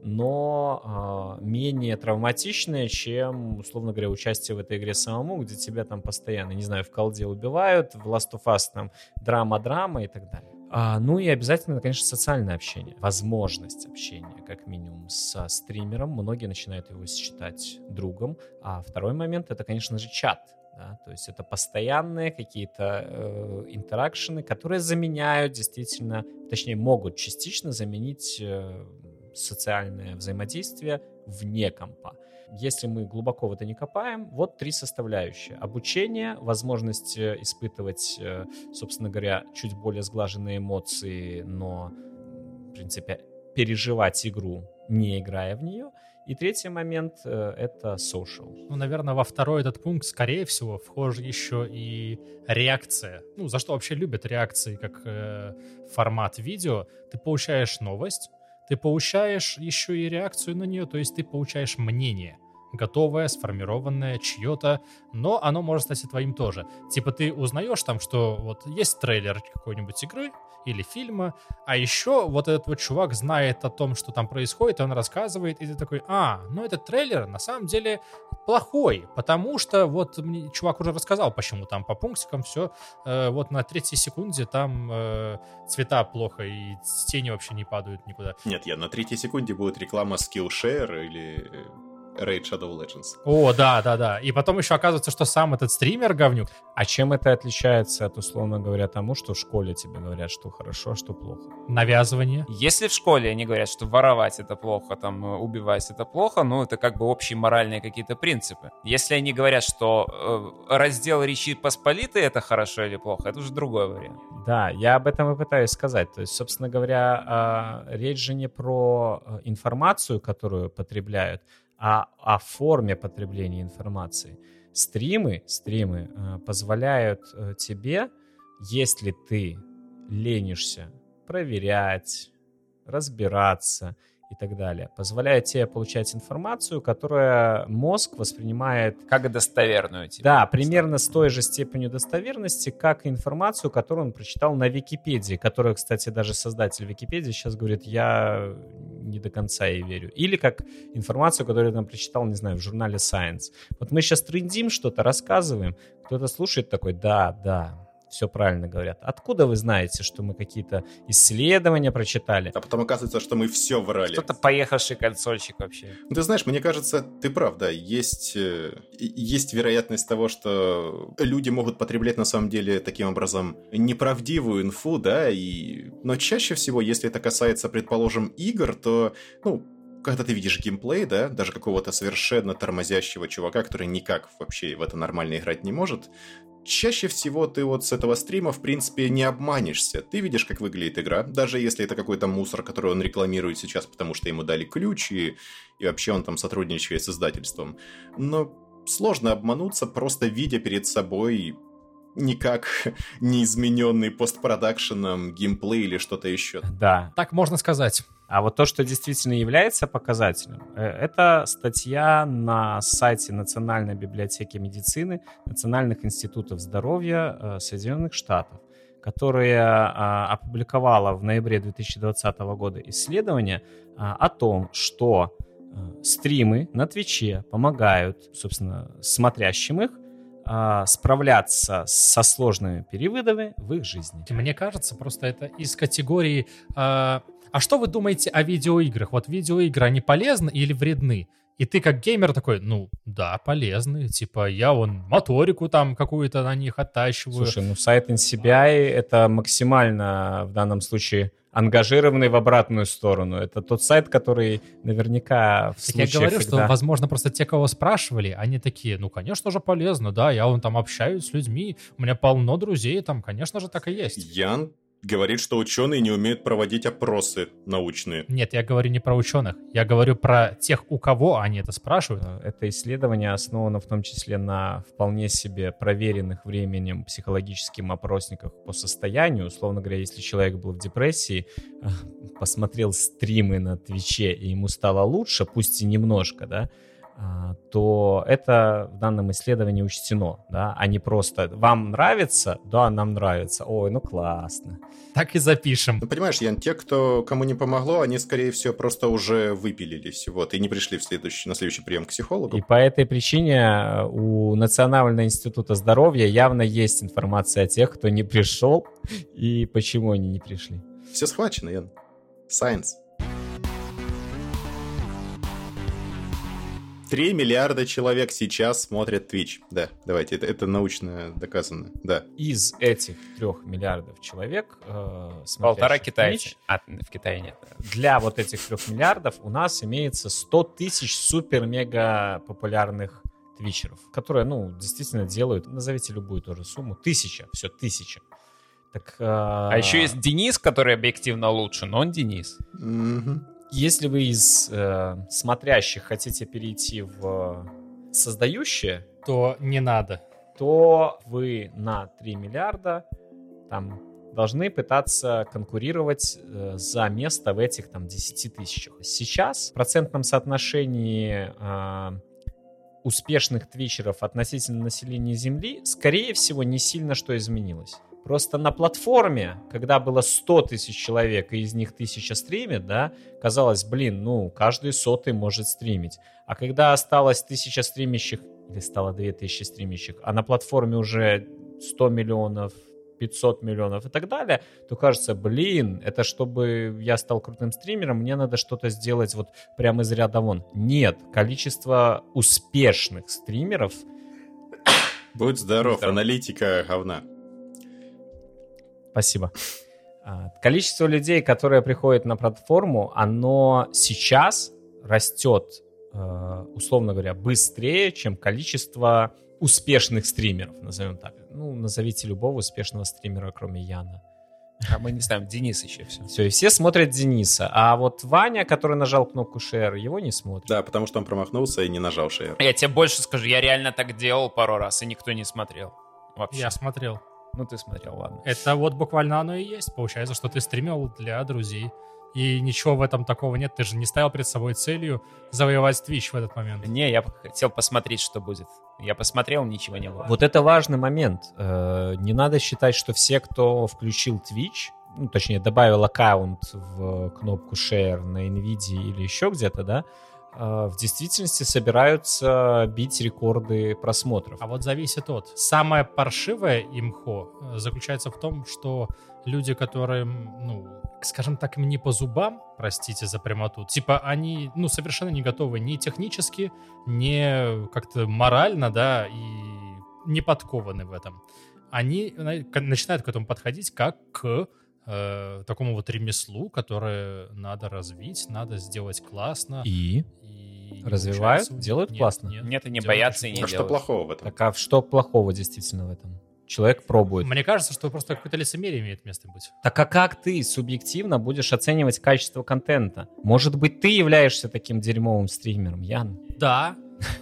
Но э, менее травматичная, чем, условно говоря, участие в этой игре самому, где тебя там постоянно, не знаю, в колде убивают, в Last of Us там драма-драма и так далее. А, ну и обязательно, конечно, социальное общение. Возможность общения, как минимум, со стримером. Многие начинают его считать другом. А второй момент — это, конечно же, чат. Да? То есть это постоянные какие-то э, интеракшены, которые заменяют действительно, точнее, могут частично заменить э, социальное взаимодействие вне компа. Если мы глубоко в это не копаем, вот три составляющие. Обучение, возможность испытывать, собственно говоря, чуть более сглаженные эмоции, но, в принципе, переживать игру, не играя в нее. И третий момент — это social. Ну, наверное, во второй этот пункт, скорее всего, вхожа еще и реакция. Ну, за что вообще любят реакции как э, формат видео. Ты получаешь новость, ты получаешь еще и реакцию на нее, то есть ты получаешь мнение, готовое, сформированное, чье-то, но оно может стать и твоим тоже. Типа ты узнаешь там, что вот есть трейлер какой-нибудь игры или фильма, а еще вот этот вот чувак знает о том, что там происходит, и он рассказывает, и ты такой, а, ну этот трейлер на самом деле плохой, потому что вот мне чувак уже рассказал, почему там по пунктикам все, э, вот на третьей секунде там э, цвета плохо, и тени вообще не падают никуда. Нет, я на третьей секунде будет реклама Skillshare или Raid Shadow Legends. О, да, да, да. И потом еще оказывается, что сам этот стример говнюк. А чем это отличается от, условно говоря, тому, что в школе тебе говорят, что хорошо, а что плохо? Навязывание. Если в школе они говорят, что воровать это плохо, там, убивать это плохо, ну, это как бы общие моральные какие-то принципы. Если они говорят, что э, раздел Речи Посполитой это хорошо или плохо, это уже другой вариант. Да, я об этом и пытаюсь сказать. То есть, собственно говоря, э, речь же не про информацию, которую потребляют, а о форме потребления информации. Стримы, стримы э, позволяют э, тебе, если ты ленишься проверять, разбираться и так далее, позволяет тебе получать информацию, которая мозг воспринимает как достоверную. Типа. Да, примерно с той же степенью достоверности, как и информацию, которую он прочитал на Википедии, которую, кстати, даже создатель Википедии сейчас говорит, я не до конца ей верю. Или как информацию, которую я там прочитал, не знаю, в журнале Science. Вот мы сейчас трендим, что-то рассказываем, кто-то слушает такой, да, да, все правильно говорят. Откуда вы знаете, что мы какие-то исследования прочитали? А потом оказывается, что мы все врали. Кто-то поехавший консольщик вообще. Ну, ты знаешь, мне кажется, ты прав, да. Есть, есть вероятность того, что люди могут потреблять на самом деле таким образом неправдивую инфу, да, и... но чаще всего, если это касается, предположим, игр, то, ну, когда ты видишь геймплей, да, даже какого-то совершенно тормозящего чувака, который никак вообще в это нормально играть не может, чаще всего ты вот с этого стрима, в принципе, не обманешься. Ты видишь, как выглядит игра, даже если это какой-то мусор, который он рекламирует сейчас, потому что ему дали ключ, и, и вообще он там сотрудничает с издательством. Но сложно обмануться, просто видя перед собой никак не измененный постпродакшеном геймплей или что-то еще. Да. Так можно сказать. А вот то, что действительно является показателем, это статья на сайте Национальной библиотеки медицины, Национальных институтов здоровья Соединенных Штатов, которая опубликовала в ноябре две тысячи двадцатого года исследование о том, что стримы на Твиче помогают, собственно, смотрящим их справляться со сложными переводами в их жизни. Мне кажется, просто это из категории... Э, а что вы думаете о видеоиграх? Вот видеоигры, они полезны или вредны? И ты как геймер такой, ну, да, полезны. Типа, я вон моторику там какую-то на них оттачиваю. Слушай, ну сайт эн си би ай это максимально в данном случае ангажированный в обратную сторону. Это тот сайт, который наверняка в так случаях, я говорю, когда... что, возможно, просто те, кого спрашивали, они такие, ну, конечно же, полезно, да, я вон там общаюсь с людьми, у меня полно друзей, там, конечно же, так и есть. Ян говорит, что ученые не умеют проводить опросы научные. Нет, я говорю не про ученых, я говорю про тех, у кого они это спрашивают. Это исследование основано в том числе на вполне себе проверенных временем психологическим опросниках по состоянию. Условно говоря, если человек был в депрессии, посмотрел стримы на Твиче, и ему стало лучше, пусть и немножко, да, то это в данном исследовании учтено, да, а не просто «вам нравится?» «Да, нам нравится». «Ой, ну классно». Так и запишем. Ну, понимаешь, Ян, те, кто, кому не помогло, они, скорее всего, просто уже выпилились, вот, и не пришли в следующий, на следующий прием к психологу. И по этой причине у Национального института здоровья явно есть информация о тех, кто не пришел, и почему они не пришли. Все схвачено, Ян. Science. Три миллиарда человек сейчас смотрят Twitch. Да, давайте, это, это научно доказано. Да. Из этих трех миллиардов человек э, полтора китайцев. Twitch, а, в Китае нет. Для вот этих трех миллиардов у нас имеется сто тысяч супер-мега популярных твичеров, которые, ну, действительно делают, назовите любую тоже сумму, тысяча, все, тысяча. Так, э, а еще есть Денис, который объективно лучше, но он Денис. Mm-hmm. Если вы из э, смотрящих хотите перейти в создающие, то не надо. То вы на три миллиарда там должны пытаться конкурировать э, за место в этих там десяти тысячах. Сейчас в процентном соотношении э, успешных твичеров относительно населения Земли, скорее всего, не сильно что изменилось. Просто на платформе, когда было сто тысяч человек, и из них тысяча стримит, да, казалось, блин, ну, каждый сотый может стримить. А когда осталось тысяча стримящих, или стало две тысячи стримящих, а на платформе уже сто миллионов пятьсот миллионов и так далее, то кажется, блин, это чтобы я стал крутым стримером, мне надо что-то сделать вот прямо из ряда вон. Нет, количество успешных стримеров... Будь здоров, здоров. Аналитика говна. Спасибо. Количество людей, которые приходят на платформу, оно сейчас растет, условно говоря, быстрее, чем количество успешных стримеров, назовем так. Ну, назовите любого успешного стримера, кроме Яна. А мы не знаем, Денис еще все. Все, и все смотрят Дениса. А вот Ваня, который нажал кнопку share, его не смотрят. Да, потому что он промахнулся и не нажал share. Я тебе больше скажу, я реально так делал пару раз, и никто не смотрел. Вообще. Я смотрел. Ну, ты смотрел, ладно. Это вот буквально оно и есть. Получается, что ты стримил для друзей. И ничего в этом такого нет. Ты же не ставил перед собой целью завоевать Twitch в этот момент. Не, я хотел посмотреть, что будет. Я посмотрел, ничего не было. Вот это важный момент. Не надо считать, что все, кто включил Twitch, ну, точнее, добавил аккаунт в кнопку share на NVIDIA или еще где-то, да, в действительности собираются бить рекорды просмотров. А вот зависит от. Самое паршивое имхо заключается в том, что люди, которые, ну, скажем так, им не по зубам, простите за прямоту, типа они, ну, совершенно не готовы ни технически, ни как-то морально, да, и не подкованы в этом. Они начинают к этому подходить как к э, такому вот ремеслу, которое надо развить, надо сделать классно. И? И развивают, делают нет, классно. Нет, нет, и не боятся, и не а делают. Что плохого в этом? Так а что плохого действительно в этом? Человек пробует. Мне кажется, что просто какое-то лицемерие имеет место быть. Так а как ты субъективно будешь оценивать качество контента? Может быть, ты являешься таким дерьмовым стримером, Ян? Да.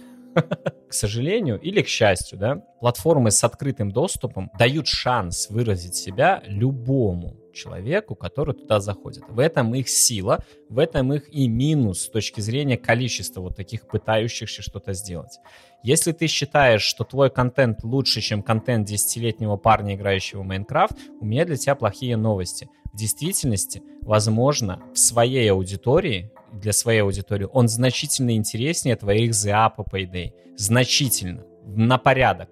К сожалению или к счастью, да, платформы с открытым доступом дают шанс выразить себя любому человеку, который туда заходит. В этом их сила, в этом их и минус с точки зрения количества вот таких пытающихся что-то сделать. Если ты считаешь, что твой контент лучше, чем контент десятилетнего парня, играющего в Майнкрафт, у меня для тебя плохие новости. В действительности, возможно, в своей аудитории, для своей аудитории, он значительно интереснее твоих зи эй по Payday. Значительно. На порядок.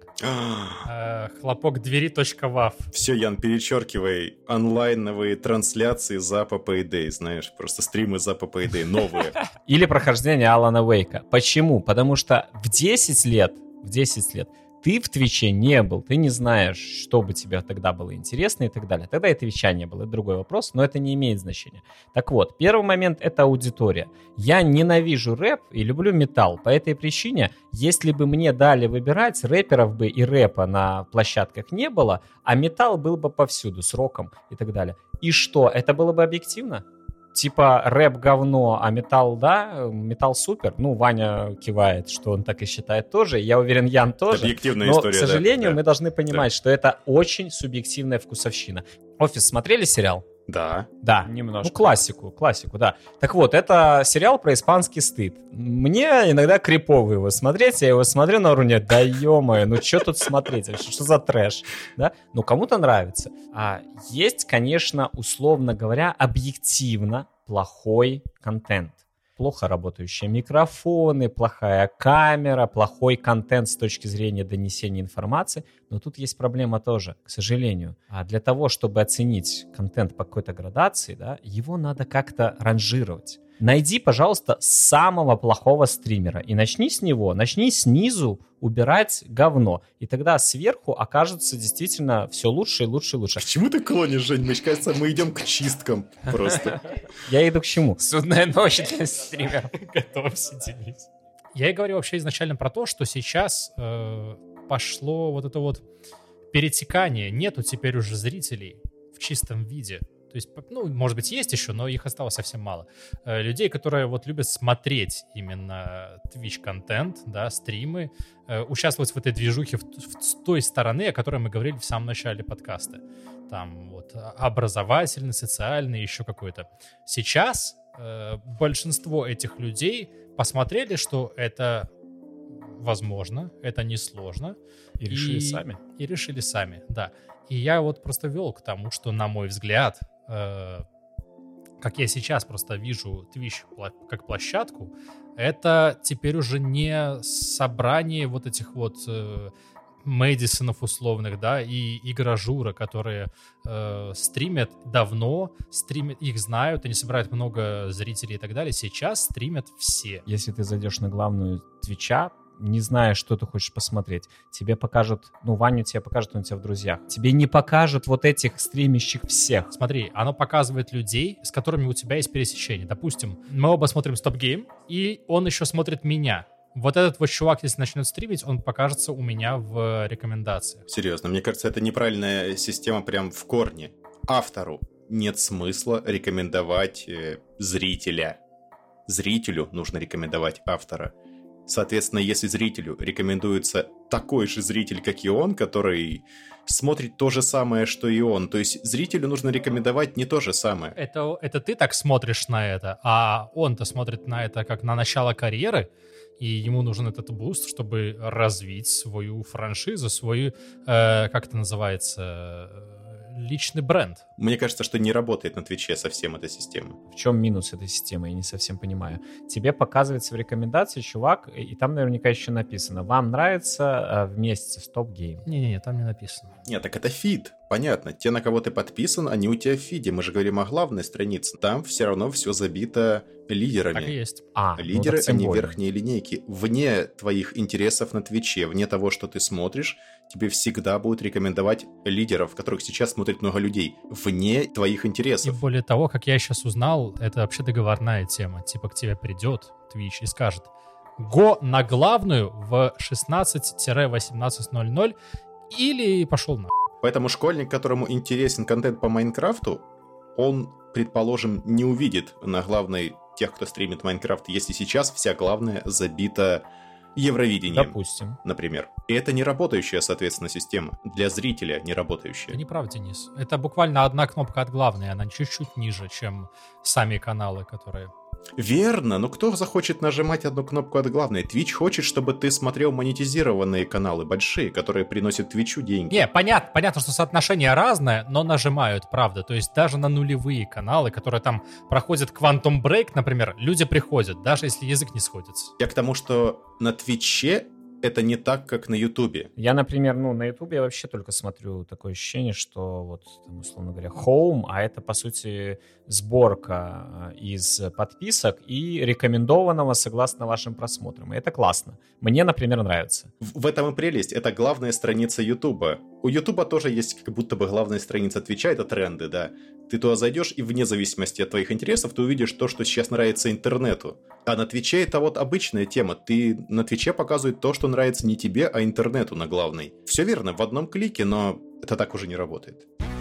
Хлопок двери точка вав. Все, Ян, перечеркивай онлайновые трансляции Запа Payday, знаешь, просто стримы Запа Payday новые. Или прохождение Алана Уэйка. Почему? Потому что в десять лет, в десять лет ты в Твиче не был, ты не знаешь, что бы тебе тогда было интересно и так далее. Тогда и Твича не было, это другой вопрос, но это не имеет значения. Так вот, первый момент — это аудитория. Я ненавижу рэп и люблю металл. По этой причине, если бы мне дали выбирать, рэперов бы и рэпа на площадках не было, а металл был бы повсюду, с роком и так далее. И что, это было бы объективно? Типа рэп говно, а металл да, металл супер. Ну, Ваня кивает, что он так и считает тоже. Я уверен, Ян тоже. Объективная но, история, к сожалению, да, мы да. должны понимать, да. что это очень субъективная вкусовщина. «Офис» смотрели сериал? Да. Да. Немножко. Ну, классику, классику, да. Так вот, это сериал про испанский стыд. Мне иногда крипово его смотреть. Я его смотрю на уровне, да ё-моё, ну что тут смотреть? Что за трэш? Да? Ну, кому-то нравится. А есть, конечно, условно говоря, объективно плохой контент. Плохо работающие микрофоны, плохая камера, плохой контент с точки зрения донесения информации. Но тут есть проблема тоже, к сожалению. А для того, чтобы оценить контент по какой-то градации, да, его надо как-то ранжировать. Найди, пожалуйста, самого плохого стримера и начни с него, начни снизу убирать говно. И тогда сверху окажется действительно все лучше и лучше и лучше. К чему ты клонишь, Жень? Мне кажется, мы идем к чисткам просто. Я иду к чему? Судная ночь для стримеров. Готовься, Денис. Я и говорю вообще изначально про то, что сейчас э, пошло вот это вот перетекание. Нету теперь уже зрителей в чистом виде. То есть, ну, может быть, есть еще, но их осталось совсем мало. Э, людей, которые вот любят смотреть именно Twitch-контент, да, стримы, э, участвовать в этой движухе в, в, с той стороны, о которой мы говорили в самом начале подкаста. Там вот образовательный, социальный, еще какой-то. Сейчас э, большинство этих людей посмотрели, что это возможно, это несложно. И решили и, сами. И решили сами, да. И я вот просто вел к тому, что, на мой взгляд, э, как я сейчас просто вижу Twitch как площадку, это теперь уже не собрание вот этих вот э, Мэдисонов условных, да, и игражура, которые э, стримят давно, стримят, их знают, они собирают много зрителей и так далее. Сейчас стримят все. Если ты зайдешь на главную Твича, не зная, что ты хочешь посмотреть, тебе покажут, ну, Ваню тебе покажут, он у тебя в друзьях. Тебе не покажут вот этих стримящих всех. Смотри, оно показывает людей, с которыми у тебя есть пересечение. Допустим, мы оба смотрим Stop Game, и он еще смотрит меня. Вот этот вот чувак, если начнет стримить, он покажется у меня в рекомендациях. Серьезно, мне кажется, это неправильная система прям в корне. Автору нет смысла рекомендовать э, зрителя. Зрителю нужно рекомендовать автора. Соответственно, если зрителю рекомендуется такой же зритель, как и он, который смотрит то же самое, что и он, то есть зрителю нужно рекомендовать не то же самое. Это, это ты так смотришь на это, а он-то смотрит на это как на начало карьеры, и ему нужен этот буст, чтобы развить свою франшизу, свою, э, как это называется, личный бренд. Мне кажется, что не работает на Твиче совсем эта система. В чем минус этой системы, я не совсем понимаю. Тебе показывается в рекомендации чувак, и там наверняка еще написано: вам нравится в месяце Stop Game. Не-не-не, там не написано. Нет, так это фид. Понятно, те, на кого ты подписан, они у тебя в фиде. Мы же говорим о главной странице. Там все равно все забито лидерами. Так и есть. А, Лидеры, ну, так они более. верхние линейки. Вне твоих интересов на Твиче, вне того, что ты смотришь, тебе всегда будут рекомендовать лидеров, которых сейчас смотрит много людей. Вне твоих И интересов. более того, как я сейчас узнал, это вообще договорная тема. Типа к тебе придет Twitch и скажет: го на главную в шестнадцать-восемнадцать ноль ноль или пошел на. Поэтому школьник, которому интересен контент по Майнкрафту, он, предположим, не увидит на главной тех, кто стримит Майнкрафт, если сейчас вся главная забита Евровидением, Допустим. например. И это не работающая, соответственно, система. Для зрителя не работающая. Это неправда, Денис. Это буквально одна кнопка от главной, она чуть-чуть ниже, чем сами каналы, которые... Верно, но кто захочет нажимать одну кнопку от главной? Twitch хочет, чтобы ты смотрел монетизированные каналы, большие, которые приносят Твичу деньги. Не, понятно, понятно, что соотношение разное, но нажимают, правда. То есть даже на нулевые каналы, которые там проходят Quantum Break, например, люди приходят, даже если язык не сходится. Я к тому, что на Твиче это не так, как на Ютубе. Я, например, ну, на Ютубе я вообще только смотрю такое ощущение, что вот, там, условно говоря, home, а это, по сути, сборка из подписок и рекомендованного согласно вашим просмотрам. И это классно. Мне, например, нравится. В, в этом и прелесть. Это главная страница Ютуба. У Ютуба тоже есть как будто бы главная страница Твича, это тренды, да. Ты туда зайдешь, и вне зависимости от твоих интересов ты увидишь то, что сейчас нравится интернету. А на Твиче это вот обычная тема. Ты на Твиче показывает то, что нравится не тебе, а интернету на главной. Все верно, в одном клике, но это так уже не работает.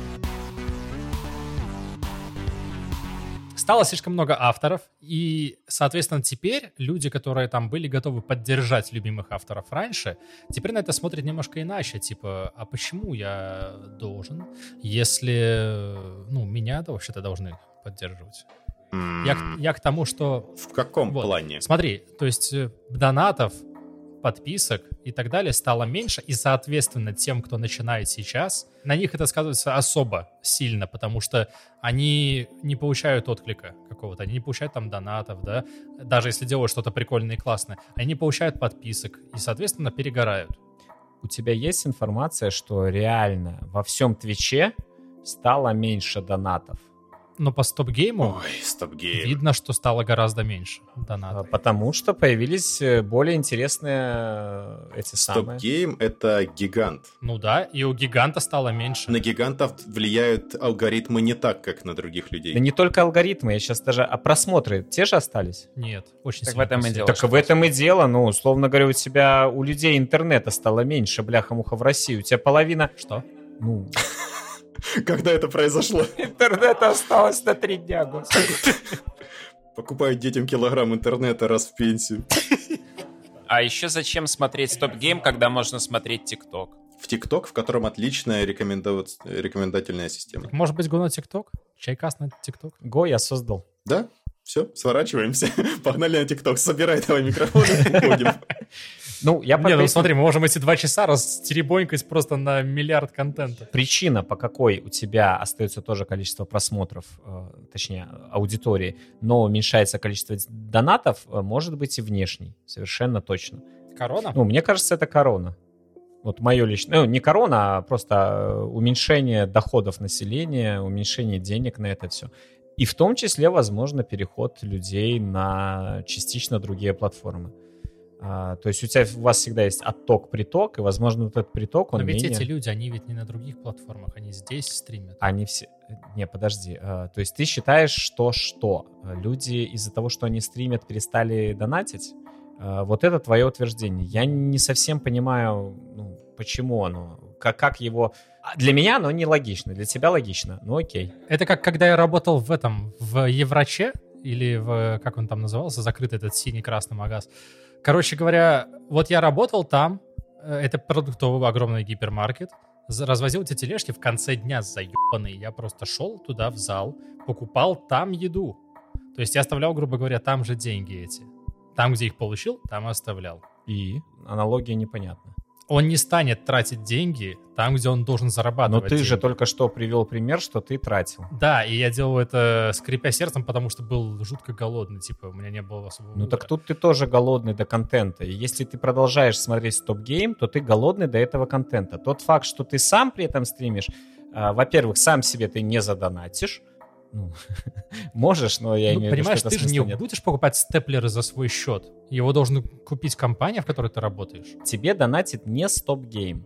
Стало слишком много авторов, и, соответственно, теперь люди, которые там были готовы поддержать любимых авторов раньше, теперь на это смотрят немножко иначе, типа, а почему я должен, если, ну, меня-то вообще-то должны поддерживать? Mm. Я, к- я к тому, что... В каком Вот. плане? Смотри, то есть э, донатов, подписок и так далее стало меньше, и, соответственно, тем, кто начинает сейчас, на них это сказывается особо сильно, потому что они не получают отклика какого-то, они не получают там донатов, да, даже если делают что-то прикольное и классное, они не получают подписок и, соответственно, перегорают. У тебя есть информация, что реально во всем Твиче стало меньше донатов? Но по стоп-гейму Ой, стоп-гейм. видно, что стало гораздо меньше донатов. Потому что появились э, более интересные э, эти самые... Стоп-гейм — это гигант. Ну да, и у гиганта стало меньше. На гигантов влияют алгоритмы не так, как на других людей. Да не только алгоритмы, я сейчас даже... А просмотры те же остались? Нет, очень Так сильно в этом и просели. дело. Так в этом и дело, ну, условно говоря, у тебя, у людей интернета стало меньше, бляха-муха, в России. У тебя половина... Что? Ну, Когда это произошло? интернета осталось на три дня, господи. Покупают детям килограмм интернета раз в пенсию. А еще зачем смотреть стоп-гейм, когда можно смотреть ТикТок? В ТикТок, в котором отличная рекоменда- рекомендательная система. Может быть, го на ТикТок? Чайкаст на ТикТок? Го я создал. Да? Все, сворачиваемся. Погнали на ТикТок. Собирай давай микрофон и уходим. Ну, я Не, пока- ну смотри, мы можем эти два часа растеребонькать просто на миллиард контента. Причина, по какой у тебя остается тоже количество просмотров, э, точнее, аудитории, но уменьшается количество донатов, э, может быть и внешний. Совершенно точно. Корона? Ну, мне кажется, это корона. Вот мое личное, ну, не корона, а просто уменьшение доходов населения, уменьшение денег на это все. И в том числе, возможно, переход людей на частично другие платформы. А, то есть у тебя у вас всегда есть отток-приток, и, возможно, вот этот приток, он Но ведь менее... эти люди, они ведь не на других платформах, они здесь стримят. Они все... Не, подожди. А, то есть ты считаешь, что что? Люди из-за того, что они стримят, перестали донатить? А, вот это твое утверждение. Я не совсем понимаю, ну, почему оно... Как, как его... Для меня оно нелогично, для тебя логично, ну окей. Это как когда я работал в этом, в Евраче, или в, как он там назывался, закрытый этот синий-красный магаз. Короче говоря, вот я работал там, это продуктовый огромный гипермаркет, развозил эти тележки в конце дня заебанные. Я просто шел туда в зал, покупал там еду. То есть я оставлял, грубо говоря, там же деньги эти. Там, где их получил, там и оставлял. И аналогия непонятна. Он не станет тратить деньги там, где он должен зарабатывать. Но ты деньги. же только что привел пример, что ты тратил. Да, и я делал это скрипя сердцем, потому что был жутко голодный, типа, у меня не было особого Ну выбора. так тут ты тоже голодный до контента. И если ты продолжаешь смотреть стоп-гейм, то ты голодный до этого контента. Тот факт, что ты сам при этом стримишь, э, во-первых, сам себе ты не задонатишь. Ну, можешь, но я ну, имею в виду, понимаешь, что ты это же не смысла нет. будешь покупать степлеры за свой счет. Его должна купить компания, в которой ты работаешь. Тебе донатит не стоп-гейм.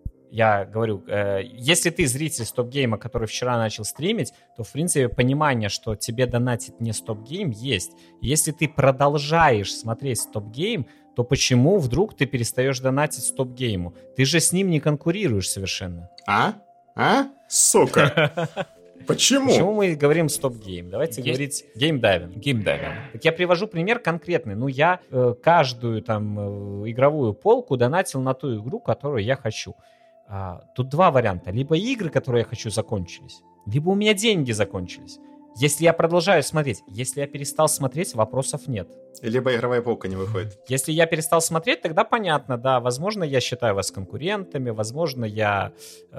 Я говорю, э, если ты зритель стоп-гейма, который вчера начал стримить, то, в принципе, понимание, что тебе донатит не стоп-гейм, есть. Если ты продолжаешь смотреть стоп-гейм, то почему вдруг ты перестаешь донатить стоп-гейму? Ты же с ним не конкурируешь совершенно. А? А? Сука. Почему? Почему мы говорим стоп-гейм? Давайте Есть- говорить геймдайвинг. Геймдайвинг. Так я привожу пример конкретный. Ну, я э, каждую там э, игровую полку донатил на ту игру, которую я хочу. А, тут два варианта. Либо игры, которые я хочу, закончились, либо у меня деньги закончились. Если я продолжаю смотреть, если я перестал смотреть, вопросов нет. Либо игровая полка не выходит. Если я перестал смотреть, тогда понятно, да, возможно, я считаю вас конкурентами, возможно, я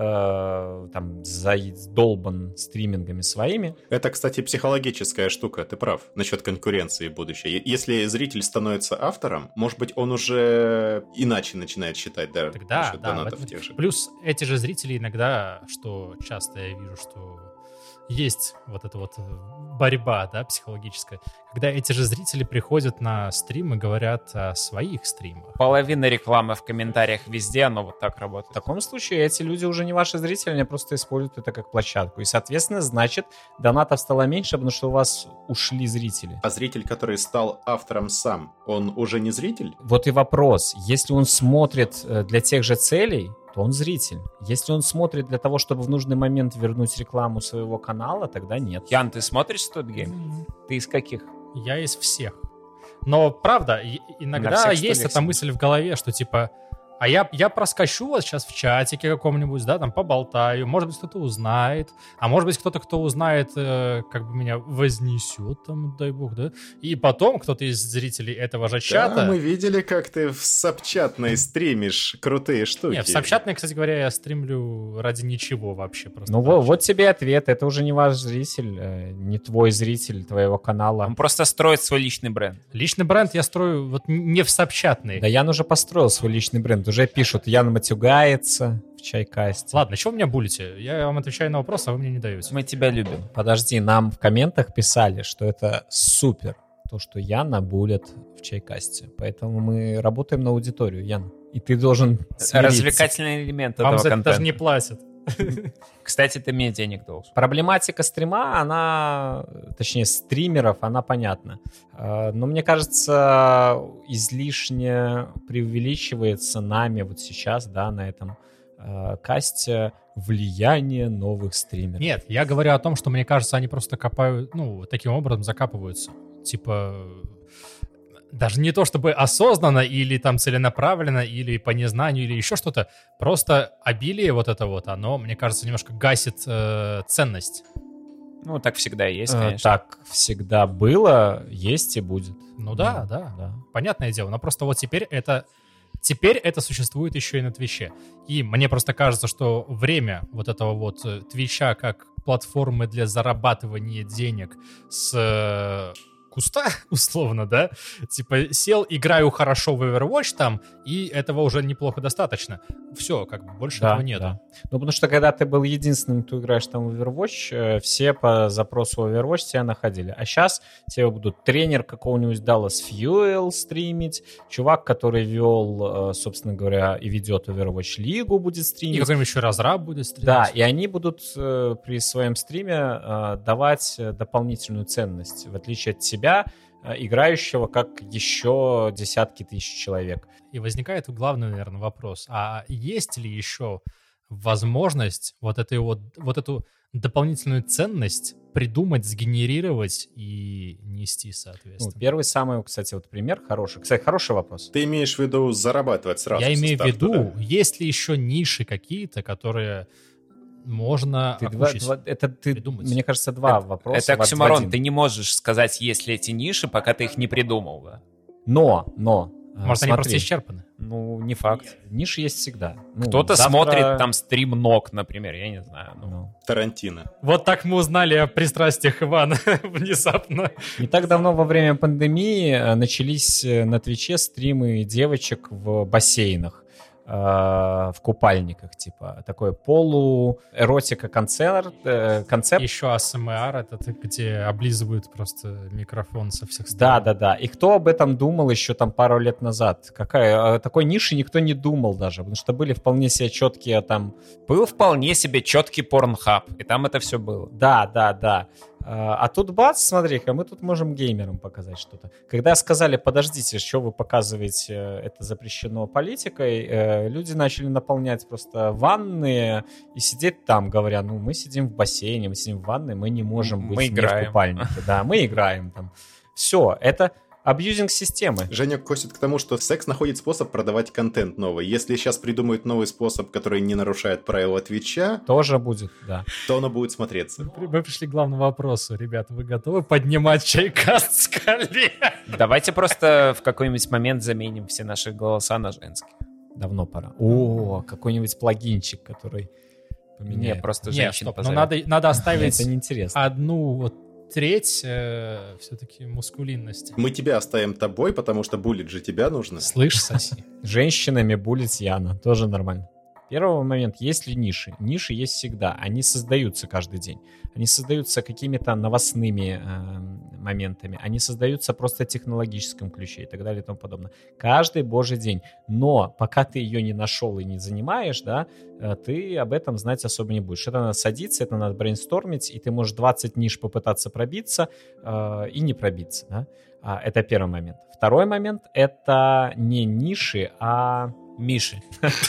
э, там задолбан стримингами своими. Это, кстати, психологическая штука, ты прав, насчет конкуренции будущего. Е- Если зритель становится автором, может быть, он уже иначе начинает считать, да, Тогда, насчет да. донатов вот- тех же. Плюс эти же зрители иногда, что часто я вижу, что есть вот эта вот борьба, да, психологическая, когда эти же зрители приходят на стрим и говорят о своих стримах. Половина рекламы в комментариях везде, оно вот так работает. В таком случае эти люди уже не ваши зрители, они просто используют это как площадку. И, соответственно, значит, донатов стало меньше, потому что у вас ушли зрители. А зритель, который стал автором сам, он уже не зритель? Вот и вопрос. Если он смотрит э, для тех же целей, то он зритель. Если он смотрит для того, чтобы в нужный момент вернуть рекламу своего канала, тогда нет. Ян, ты смотришь Стопгейм? Ты из каких? Я из всех. Но, правда, и- иногда На всех есть стульях эта мысль в голове, что типа, а я, я проскочу вот сейчас в чатике каком-нибудь, да, там поболтаю, может быть, кто-то узнает, а может быть, кто-то, кто узнает, э, как бы меня вознесет, там, дай бог, да, и потом кто-то из зрителей этого же чата... Да, мы видели, как ты в сапчатной стримишь крутые штуки. Не, в Сапчатной, кстати говоря, я стримлю ради ничего вообще. Просто Ну так. вот, вот тебе ответ. Это уже не ваш зритель, э, не твой зритель твоего канала. Он просто строит свой личный бренд. Личный бренд я строю вот не в Сапчатной. Да Ян уже построил свой личный бренд. Уже пишут, Ян матюгается в чайкасте. Ладно, чего вы меня булите? Я вам отвечаю на вопрос, а вы мне не даете. Мы тебя любим. Подожди, нам в комментах писали, что это супер, то, что Яна булит в чайкасте. Поэтому мы работаем на аудиторию, Ян. И ты должен смириться. Развлекательный элемент Вам этого за это контента. даже не платят. Кстати, ты мне денег должен. Проблематика стрима, она, точнее, стримеров, она понятна. Э, Но мне кажется, излишне преувеличивается нами вот сейчас, да, на этом э, касте влияние новых стримеров. Нет, я говорю о том, что мне кажется, они просто копают, ну, таким образом закапываются. Типа, даже не то чтобы осознанно или там целенаправленно, или по незнанию, или еще что-то. Просто обилие вот это вот, оно, мне кажется, немножко гасит э, ценность. Ну, так всегда и есть, Э, конечно. Так всегда было, есть и будет. Ну да, Ну, да, да. понятное дело. Но просто вот теперь это... Теперь это существует еще и на Твиче. И мне просто кажется, что время вот этого вот э, Твича как платформы для зарабатывания денег с э, куста, условно, да? Типа сел, играю хорошо в Overwatch там, и этого уже неплохо достаточно. Все, как бы больше Да, этого нету. да. Ну, потому что когда ты был единственным, кто играешь там в Overwatch, э, все по запросу Overwatch тебя находили. А сейчас тебе будут тренер какого-нибудь Dallas Fuel стримить, чувак, который вел, э, собственно говоря, и ведет Overwatch Лигу, будет стримить. И какой-нибудь еще разраб будет стримить. Да, и они будут э, при своем стриме э, давать дополнительную ценность, в отличие от тебя, э, играющего как еще десятки тысяч человек. И возникает главный, наверное, вопрос. А есть ли еще возможность вот, этой вот, вот эту дополнительную ценность придумать, сгенерировать и нести, соответственно? Ну, первый самый, кстати, вот пример хороший. Кстати, хороший вопрос. Ты имеешь в виду зарабатывать сразу? Я имею в старта, виду, да? есть ли еще ниши какие-то, которые можно Ты два, окучить, два, это ты, придумать? мне кажется, два это, вопроса. Это в оксюморон. один. Ты не можешь сказать, есть ли эти ниши, пока ты их не придумал. Да? Но, но. э, Может, они смотри, просто исчерпаны? Ну, не факт. Ниши есть всегда. Ну, Кто-то завтра- смотрит там стрим ног, например, я не знаю. Ну. Ну. Тарантино. Вот так мы узнали о пристрастиях Ивана внезапно. Не так давно во время пандемии э, начались э, на Твиче стримы девочек в бассейнах, э, в купальниках, типа такой полуэротика-концерт, э, концепт. Еще эй эс эм ар, это ты, где облизывают просто микрофон со всех Да, сторон. да, да. И кто об этом думал еще там пару лет назад? Какая о такой нише никто не думал даже, потому что были вполне себе четкие там. Был вполне себе четкий порнхаб, и там это все было. Да, да, да. А а тут бац, смотри-ка, мы тут можем геймерам показать что-то. Когда сказали, подождите, что вы показываете, это запрещено политикой, э, люди начали наполнять просто ванны и сидеть там, говоря, ну, мы сидим в бассейне, мы сидим в ванной, мы не можем быть Мы не в играем. купальнике. Да, мы играем там. Все, это абьюзинг системы. Женя косит к тому, что секс находит способ продавать контент новый. Если сейчас придумают новый способ, который не нарушает правила Твича, Тоже будет, да. то оно будет смотреться. Мы пришли к главному вопросу. Ребята, вы готовы поднимать чайкаст с колен? Давайте просто в какой-нибудь момент заменим все наши голоса на женские. Давно пора. О, какой-нибудь плагинчик, который Не, поменяет. просто Нет, женщин стоп, но позовем. надо, надо Нет, оставить это неинтересно. одну вот треть э, все-таки мускулинности. Мы тебя оставим тобой, потому что буллить же тебя нужно. Слышь, соси. Женщинами булит Яна. Тоже нормально. Первый момент. Есть ли ниши? Ниши есть всегда. Они создаются каждый день. Они создаются какими-то новостными э, моментами. Они создаются просто в технологическом ключе и так далее и тому подобное. Каждый божий день. Но пока ты ее не нашел и не занимаешь, да, э, ты об этом знать особо не будешь. Это надо садиться, это надо брейнстормить, и ты можешь двадцать ниш попытаться пробиться э, и не пробиться. Да? А, это первый момент. Второй момент — это не ниши, а... Миши.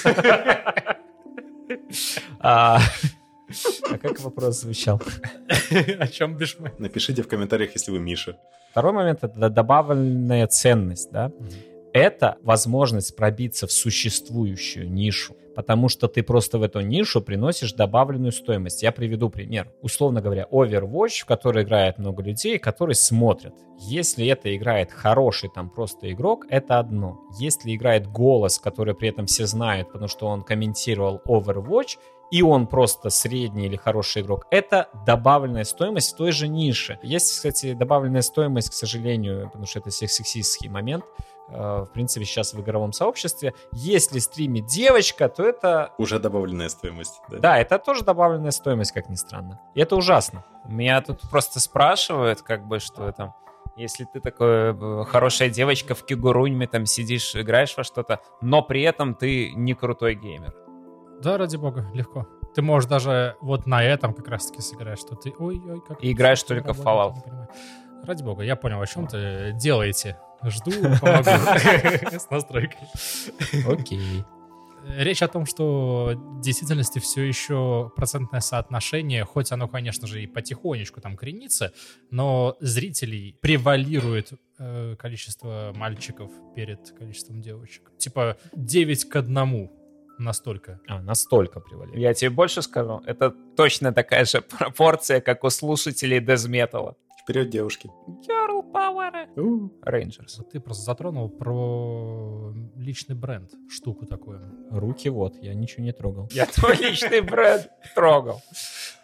А а как вопрос звучал? О чем бишь мы? Напишите в комментариях, если вы Миша. Второй момент — это добавленная ценность, да? Это возможность пробиться в существующую нишу, потому что ты просто в эту нишу приносишь добавленную стоимость. Я приведу пример. Условно говоря, Overwatch, в который играет много людей, которые смотрят. Если это играет хороший там просто игрок, это одно. Если играет голос, который при этом все знают, потому что он комментировал Overwatch, и он просто средний или хороший игрок, это добавленная стоимость в той же нише. Есть, кстати, добавленная стоимость, к сожалению, потому что это сексистский момент, в принципе, сейчас в игровом сообществе. Если стримит девочка, то это... Уже добавленная стоимость. Да. Да, это тоже добавленная стоимость, как ни странно. И это ужасно. Меня тут просто спрашивают, как бы, что это... Если ты такой э, хорошая девочка в кигуруньме, там сидишь, играешь во что-то, но при этом ты не крутой геймер. Да, ради бога, легко. Ты можешь даже вот на этом как раз-таки сыграть, что ты... Ой-ой, как... И играешь что только в работает, Fallout. не понимаю. Ради бога, я понял, о чем ты делаете. Жду, помогу с настройкой. Окей. Речь о том, что в действительности все еще процентное соотношение, хоть оно, конечно же, и потихонечку там кренится, но зрителей превалирует э, количество мальчиков перед количеством девочек. Типа девять к одному. Настолько. А, настолько привалил. Я тебе больше скажу, это точно такая же пропорция, как у слушателей дезметалла. Вперед, девушки. Girl Power Rangers. Вот ты просто затронул про личный бренд, штуку такую. Руки вот, я ничего не трогал. Я твой личный бренд трогал.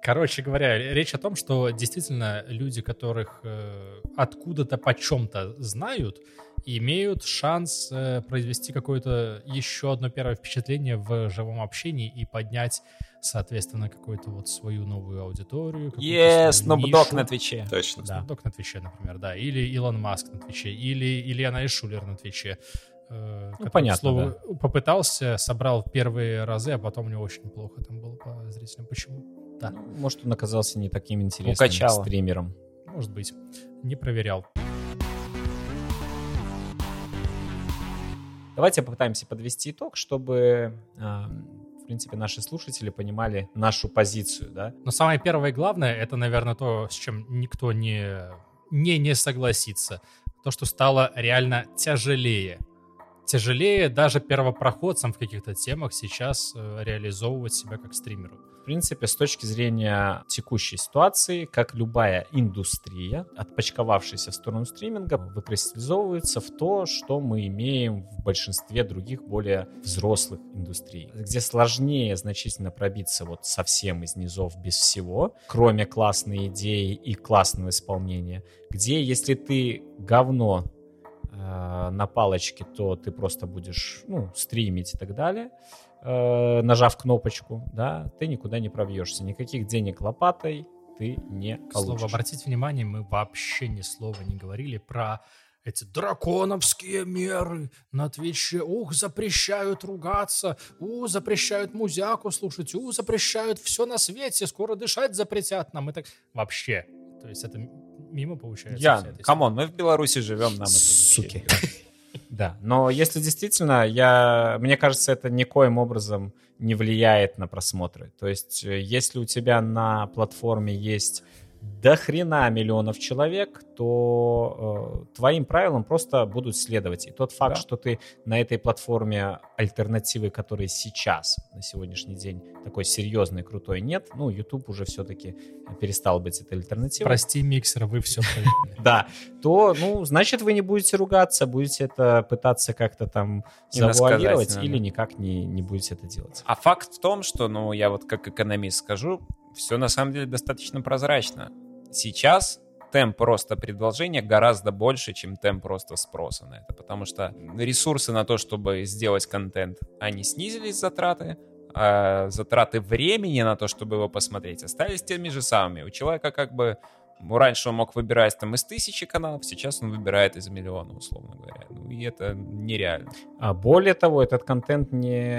Короче говоря, речь о том, что действительно люди, которых э, откуда-то почем-то знают, имеют шанс э, произвести какое-то еще одно первое впечатление в живом общении и поднять, соответственно, какую-то вот свою новую аудиторию. Yes, Snoop Dogg на Твиче. Точно. Да, Snoop Dogg на Твиче, например, да. Или Илон Маск на Твиче, или Илья Шулер на Твиче. Э, ну, понятно, к слову, да. попытался, собрал первые разы, а потом у него очень плохо там было по зрителям. Почему? Да. Ну, может, он оказался не таким интересным Укачало. стримером. Может быть. Не проверял. Давайте попытаемся подвести итог, чтобы, в принципе, наши слушатели понимали нашу позицию, да? Но самое первое и главное, это, наверное, то, с чем никто не, не, не согласится. То, что стало реально тяжелее. Тяжелее даже первопроходцам в каких-то темах сейчас э, реализовывать себя как стримеру. В принципе, с точки зрения текущей ситуации, как любая индустрия, отпочковавшаяся в сторону стриминга, выкристаллизовывается в то, что мы имеем в большинстве других более взрослых индустрий, где сложнее значительно пробиться вот совсем из низов без всего, кроме классной идеи и классного исполнения, где если ты говно э, на палочке, то ты просто будешь, ну, стримить и так далее, э, нажав кнопочку, да, ты никуда не пробьешься. Никаких денег лопатой ты не получишь. Слово, обратите внимание, мы вообще ни слова не говорили про эти драконовские меры на Твиче. Ух, запрещают ругаться, ух, запрещают музяку слушать, ух, запрещают все на свете, скоро дышать запретят нам. И так вообще. То есть это мимо получается. Ян, камон, мы в Беларуси живем, нам это... Суки. Да, но если действительно, я, мне кажется, это никоим образом не влияет на просмотры. То есть, если у тебя на платформе есть до хрена миллионов человек, то э, твоим правилам просто будут следовать. И тот факт, да. что ты на этой платформе альтернативы, которые сейчас, на сегодняшний день, такой серьезной, крутой нет, ну, YouTube уже все-таки перестал быть этой альтернативой. Прости, миксер, вы все поняли. Да, то, ну, значит, вы не будете ругаться, будете это пытаться как-то там завуалировать или никак не, не будете это делать. А факт в том, что, ну, я вот как экономист скажу, все на самом деле достаточно прозрачно. Сейчас темп роста предложения гораздо больше, чем темп роста спроса на это, потому что ресурсы на то, чтобы сделать контент, они снизились, затраты, а затраты времени на то, чтобы его посмотреть, остались теми же самыми. У человека как бы раньше он мог выбирать там из тысячи каналов, сейчас он выбирает из миллиона, условно говоря. Ну и это нереально. А более того, этот контент не,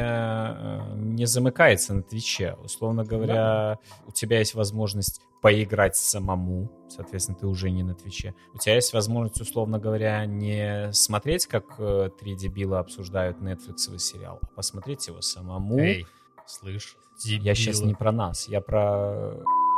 не замыкается на Твиче. Условно говоря, да. у тебя есть возможность поиграть самому, соответственно, ты уже не на Твиче. У тебя есть возможность, условно говоря, не смотреть, как три дебила обсуждают Netflix-овый сериал, а посмотреть его самому. Эй, слышь, дебила. Я сейчас не про нас, я про...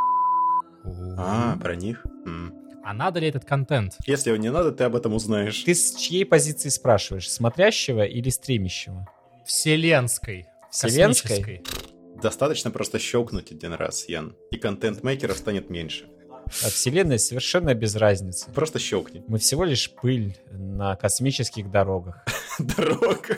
А, про них? М. А надо ли этот контент? Если его не надо, ты об этом узнаешь. Ты с чьей позиции спрашиваешь? Смотрящего или стримящего? Вселенской. Вселенской? Достаточно просто щелкнуть один раз, Ян, и контент-мейкеров станет меньше. А вселенная совершенно без разницы. Просто щелкни. Мы всего лишь пыль на космических дорогах. Дорогах.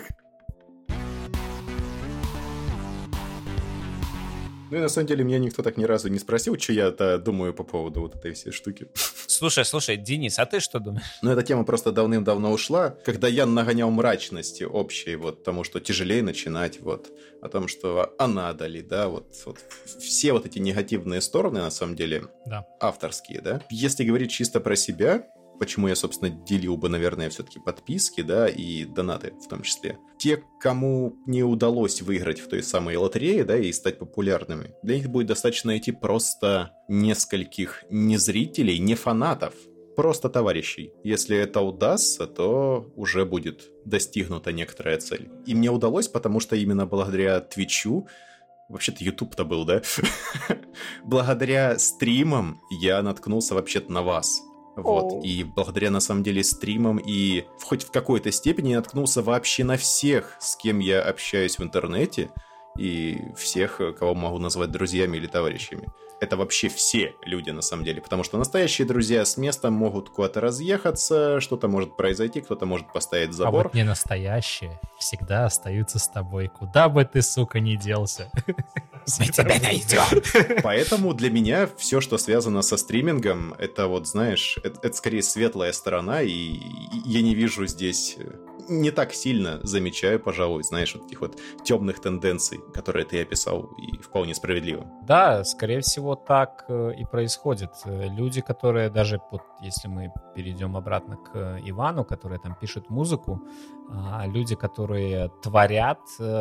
Ну и на самом деле меня никто так ни разу не спросил, что я-то думаю по поводу вот этой всей штуки. Слушай, слушай, Денис, а ты что думаешь? Ну эта тема просто давным-давно ушла, когда я нагонял мрачности общей, вот, тому, что тяжелее начинать, вот, о том, что а надо ли, да, вот, вот все вот эти негативные стороны, на самом деле, да. авторские, да. Если говорить чисто про себя, почему я, собственно, делил бы, наверное, все-таки подписки, да, и донаты в том числе. Те, кому не удалось выиграть в той самой лотерее, да, и стать популярными, для них будет достаточно найти просто нескольких не зрителей, не фанатов, просто товарищей. Если это удастся, то уже будет достигнута некоторая цель. И мне удалось, потому что именно благодаря Твичу, вообще-то YouTube-то был, да, благодаря стримам я наткнулся вообще-то на вас. Вот, oh. и благодаря, на самом деле, стримам и хоть в какой-то степени наткнулся вообще на всех, с кем я общаюсь в интернете, и всех, кого могу назвать друзьями или товарищами. Это вообще все люди, на самом деле, потому что настоящие друзья с места могут куда-то разъехаться, что-то может произойти, кто-то может поставить забор. А вот не настоящие всегда остаются с тобой, куда бы ты, сука, ни делся. Мы тебя найдем. Поэтому для меня все, что связано со стримингом, это вот, знаешь, это, это скорее светлая сторона, и я не вижу здесь... Не так сильно замечаю, пожалуй, знаешь, вот этих вот темных тенденций, которые ты описал, и вполне справедливо. Да, скорее всего, так и происходит. Люди, которые даже, вот, если мы перейдем обратно к Ивану, которые там пишут музыку, люди, которые творят,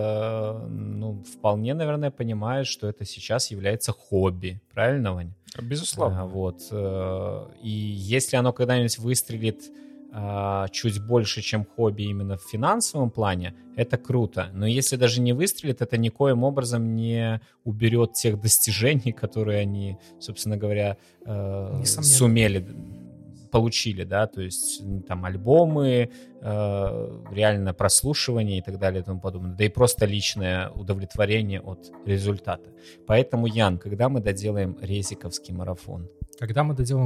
ну, вполне, наверное, понимают, что это сейчас является хобби. Правильно, Ваня? Безусловно. Вот. И если оно когда-нибудь выстрелит чуть больше, чем хобби именно в финансовом плане, это круто. Но если даже не выстрелит, это никоим образом не уберет тех достижений, которые они, собственно говоря, сумели, получили, да, то есть там альбомы, реально прослушивание и так далее и тому подобное, да и просто личное удовлетворение от результата. Поэтому, Ян, когда мы доделаем резиковский марафон? Когда мы доделаем...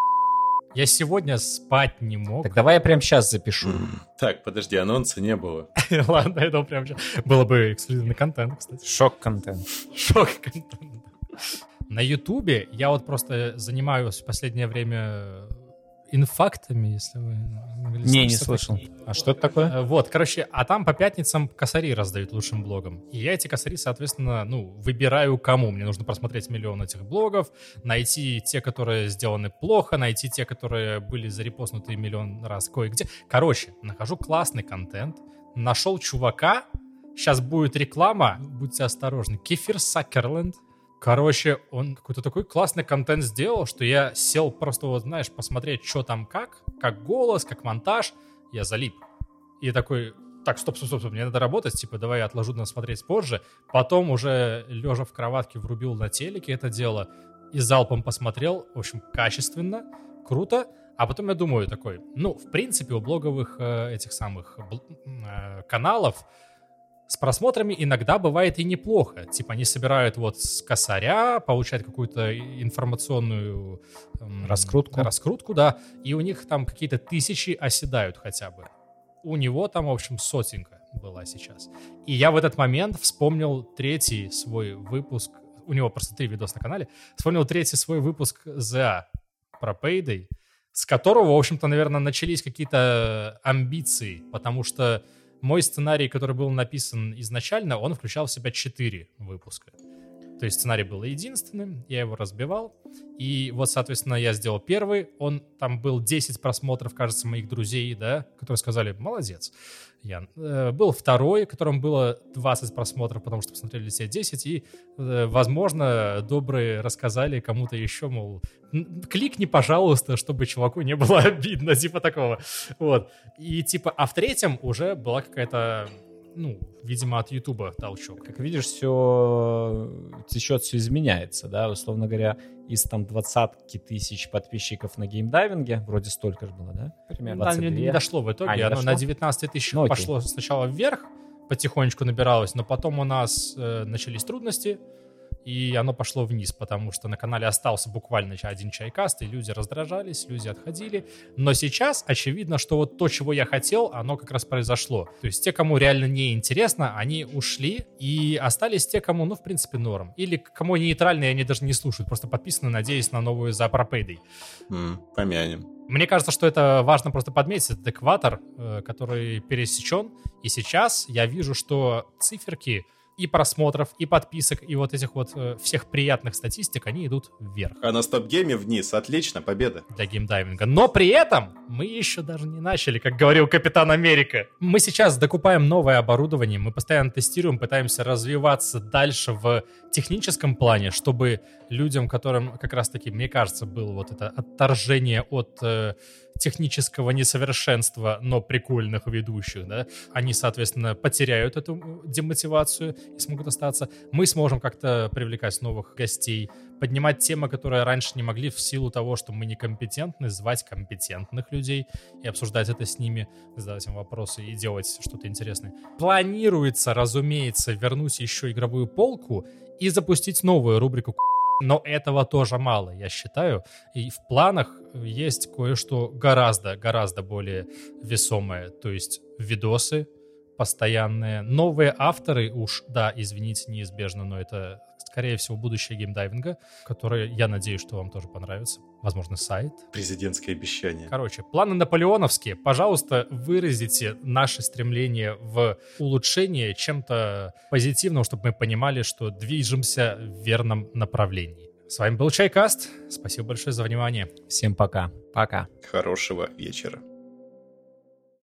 Я сегодня спать не мог. Так давай я прямо сейчас запишу. Так, подожди, анонса не было. Ладно, это прям сейчас. Было бы эксклюзивный контент, кстати. Шок-контент. Шок-контент. На Ютубе я вот просто занимаюсь в последнее время инфактами, если вы... Не, не слышал. А что это такое? Вот, короче, а там по пятницам косари раздают лучшим блогам. И я эти косари, соответственно, ну, выбираю кому. Мне нужно просмотреть миллион этих блогов, найти те, которые сделаны плохо, найти те, которые были зарепостнуты миллион раз кое-где. Короче, нахожу классный контент, нашел чувака, сейчас будет реклама, будьте осторожны, Кефир Сакерленд. Короче, он какой-то такой классный контент сделал, что я сел просто, вот, знаешь, посмотреть, что там как, как голос, как монтаж. Я залип. И такой, так, стоп, стоп, стоп, стоп, мне надо работать, типа, давай я отложу на смотреть позже. Потом уже, лежа в кроватке, врубил на телеке это дело и залпом посмотрел. В общем, качественно, круто. А потом я думаю такой, ну, в принципе, у блоговых э, этих самых бл- э, каналов с просмотрами иногда бывает и неплохо. Типа они собирают вот с косаря, получают какую-то информационную эм, раскрутку. раскрутку, да, и у них там какие-то тысячи оседают хотя бы. У него там, в общем, сотенька была сейчас. И я в этот момент вспомнил третий свой выпуск, у него просто три видоса на канале, вспомнил третий свой выпуск зэ а про Payday, с которого, в общем-то, наверное, начались какие-то амбиции, потому что мой сценарий, который был написан изначально, он включал в себя четыре выпуска. То есть сценарий был единственным, я его разбивал. И вот, соответственно, я сделал первый. Он, там был десять просмотров, кажется, моих друзей, да, которые сказали, молодец, Ян. Э, был второй, в котором было двадцать просмотров, потому что посмотрели все десять. И, э, возможно, добрые рассказали кому-то еще, мол, кликни, пожалуйста, чтобы чуваку не было обидно, типа такого. Вот. И типа, а в третьем уже была какая-то... ну, видимо, от Ютуба толчок. Как видишь, все течет, все изменяется, да, условно говоря, из там двадцатки тысяч подписчиков на геймдайвинге, вроде столько же было, да? Примерно. Да, не, не дошло в итоге, а, не оно дошло? На девятнадцать тысяч ну, пошло сначала вверх, потихонечку набиралось, но потом у нас э, начались трудности, и оно пошло вниз, потому что на канале остался буквально один чайкаст, и люди раздражались, люди отходили. Но сейчас очевидно, что вот то, чего я хотел, оно как раз произошло. То есть те, кому реально не интересно, они ушли, и остались те, кому, ну, в принципе, норм. Или кому нейтральные, они даже не слушают, просто подписаны, надеясь на новую за про Payday. Mm, помянем. Мне кажется, что это важно просто подметить, этот экватор, э, который пересечен, и сейчас я вижу, что циферки и просмотров, и подписок, и вот этих вот э, всех приятных статистик, они идут вверх. А на стоп-гейме вниз. Отлично, победа. Для геймдайвинга. Но при этом мы еще даже не начали, как говорил Капитан Америка. Мы сейчас докупаем новое оборудование, мы постоянно тестируем, пытаемся развиваться дальше в техническом плане, чтобы людям, которым как раз-таки, мне кажется, было вот это отторжение от э, технического несовершенства, но прикольных ведущих, да, они, соответственно, потеряют эту демотивацию и смогут остаться. Мы сможем как-то привлекать новых гостей, поднимать темы, которые раньше не могли в силу того, что мы некомпетентны, звать компетентных людей и обсуждать это с ними, задавать им вопросы и делать что-то интересное. Планируется, разумеется, вернуть еще игровую полку и запустить новую рубрику, но этого тоже мало, я считаю. И в планах есть кое-что гораздо, гораздо более весомое, то есть видосы постоянные, новые авторы, уж, да, извините, неизбежно, но это, скорее всего, будущее геймдайвинга, которое, я надеюсь, что вам тоже понравится. Возможно, сайт. Президентское обещание. Короче, планы наполеоновские. Пожалуйста, выразите наше стремление в улучшение чем-то позитивным, чтобы мы понимали, что движемся в верном направлении. С вами был Чайкаст. Спасибо большое за внимание. Всем пока. Пока. Хорошего вечера.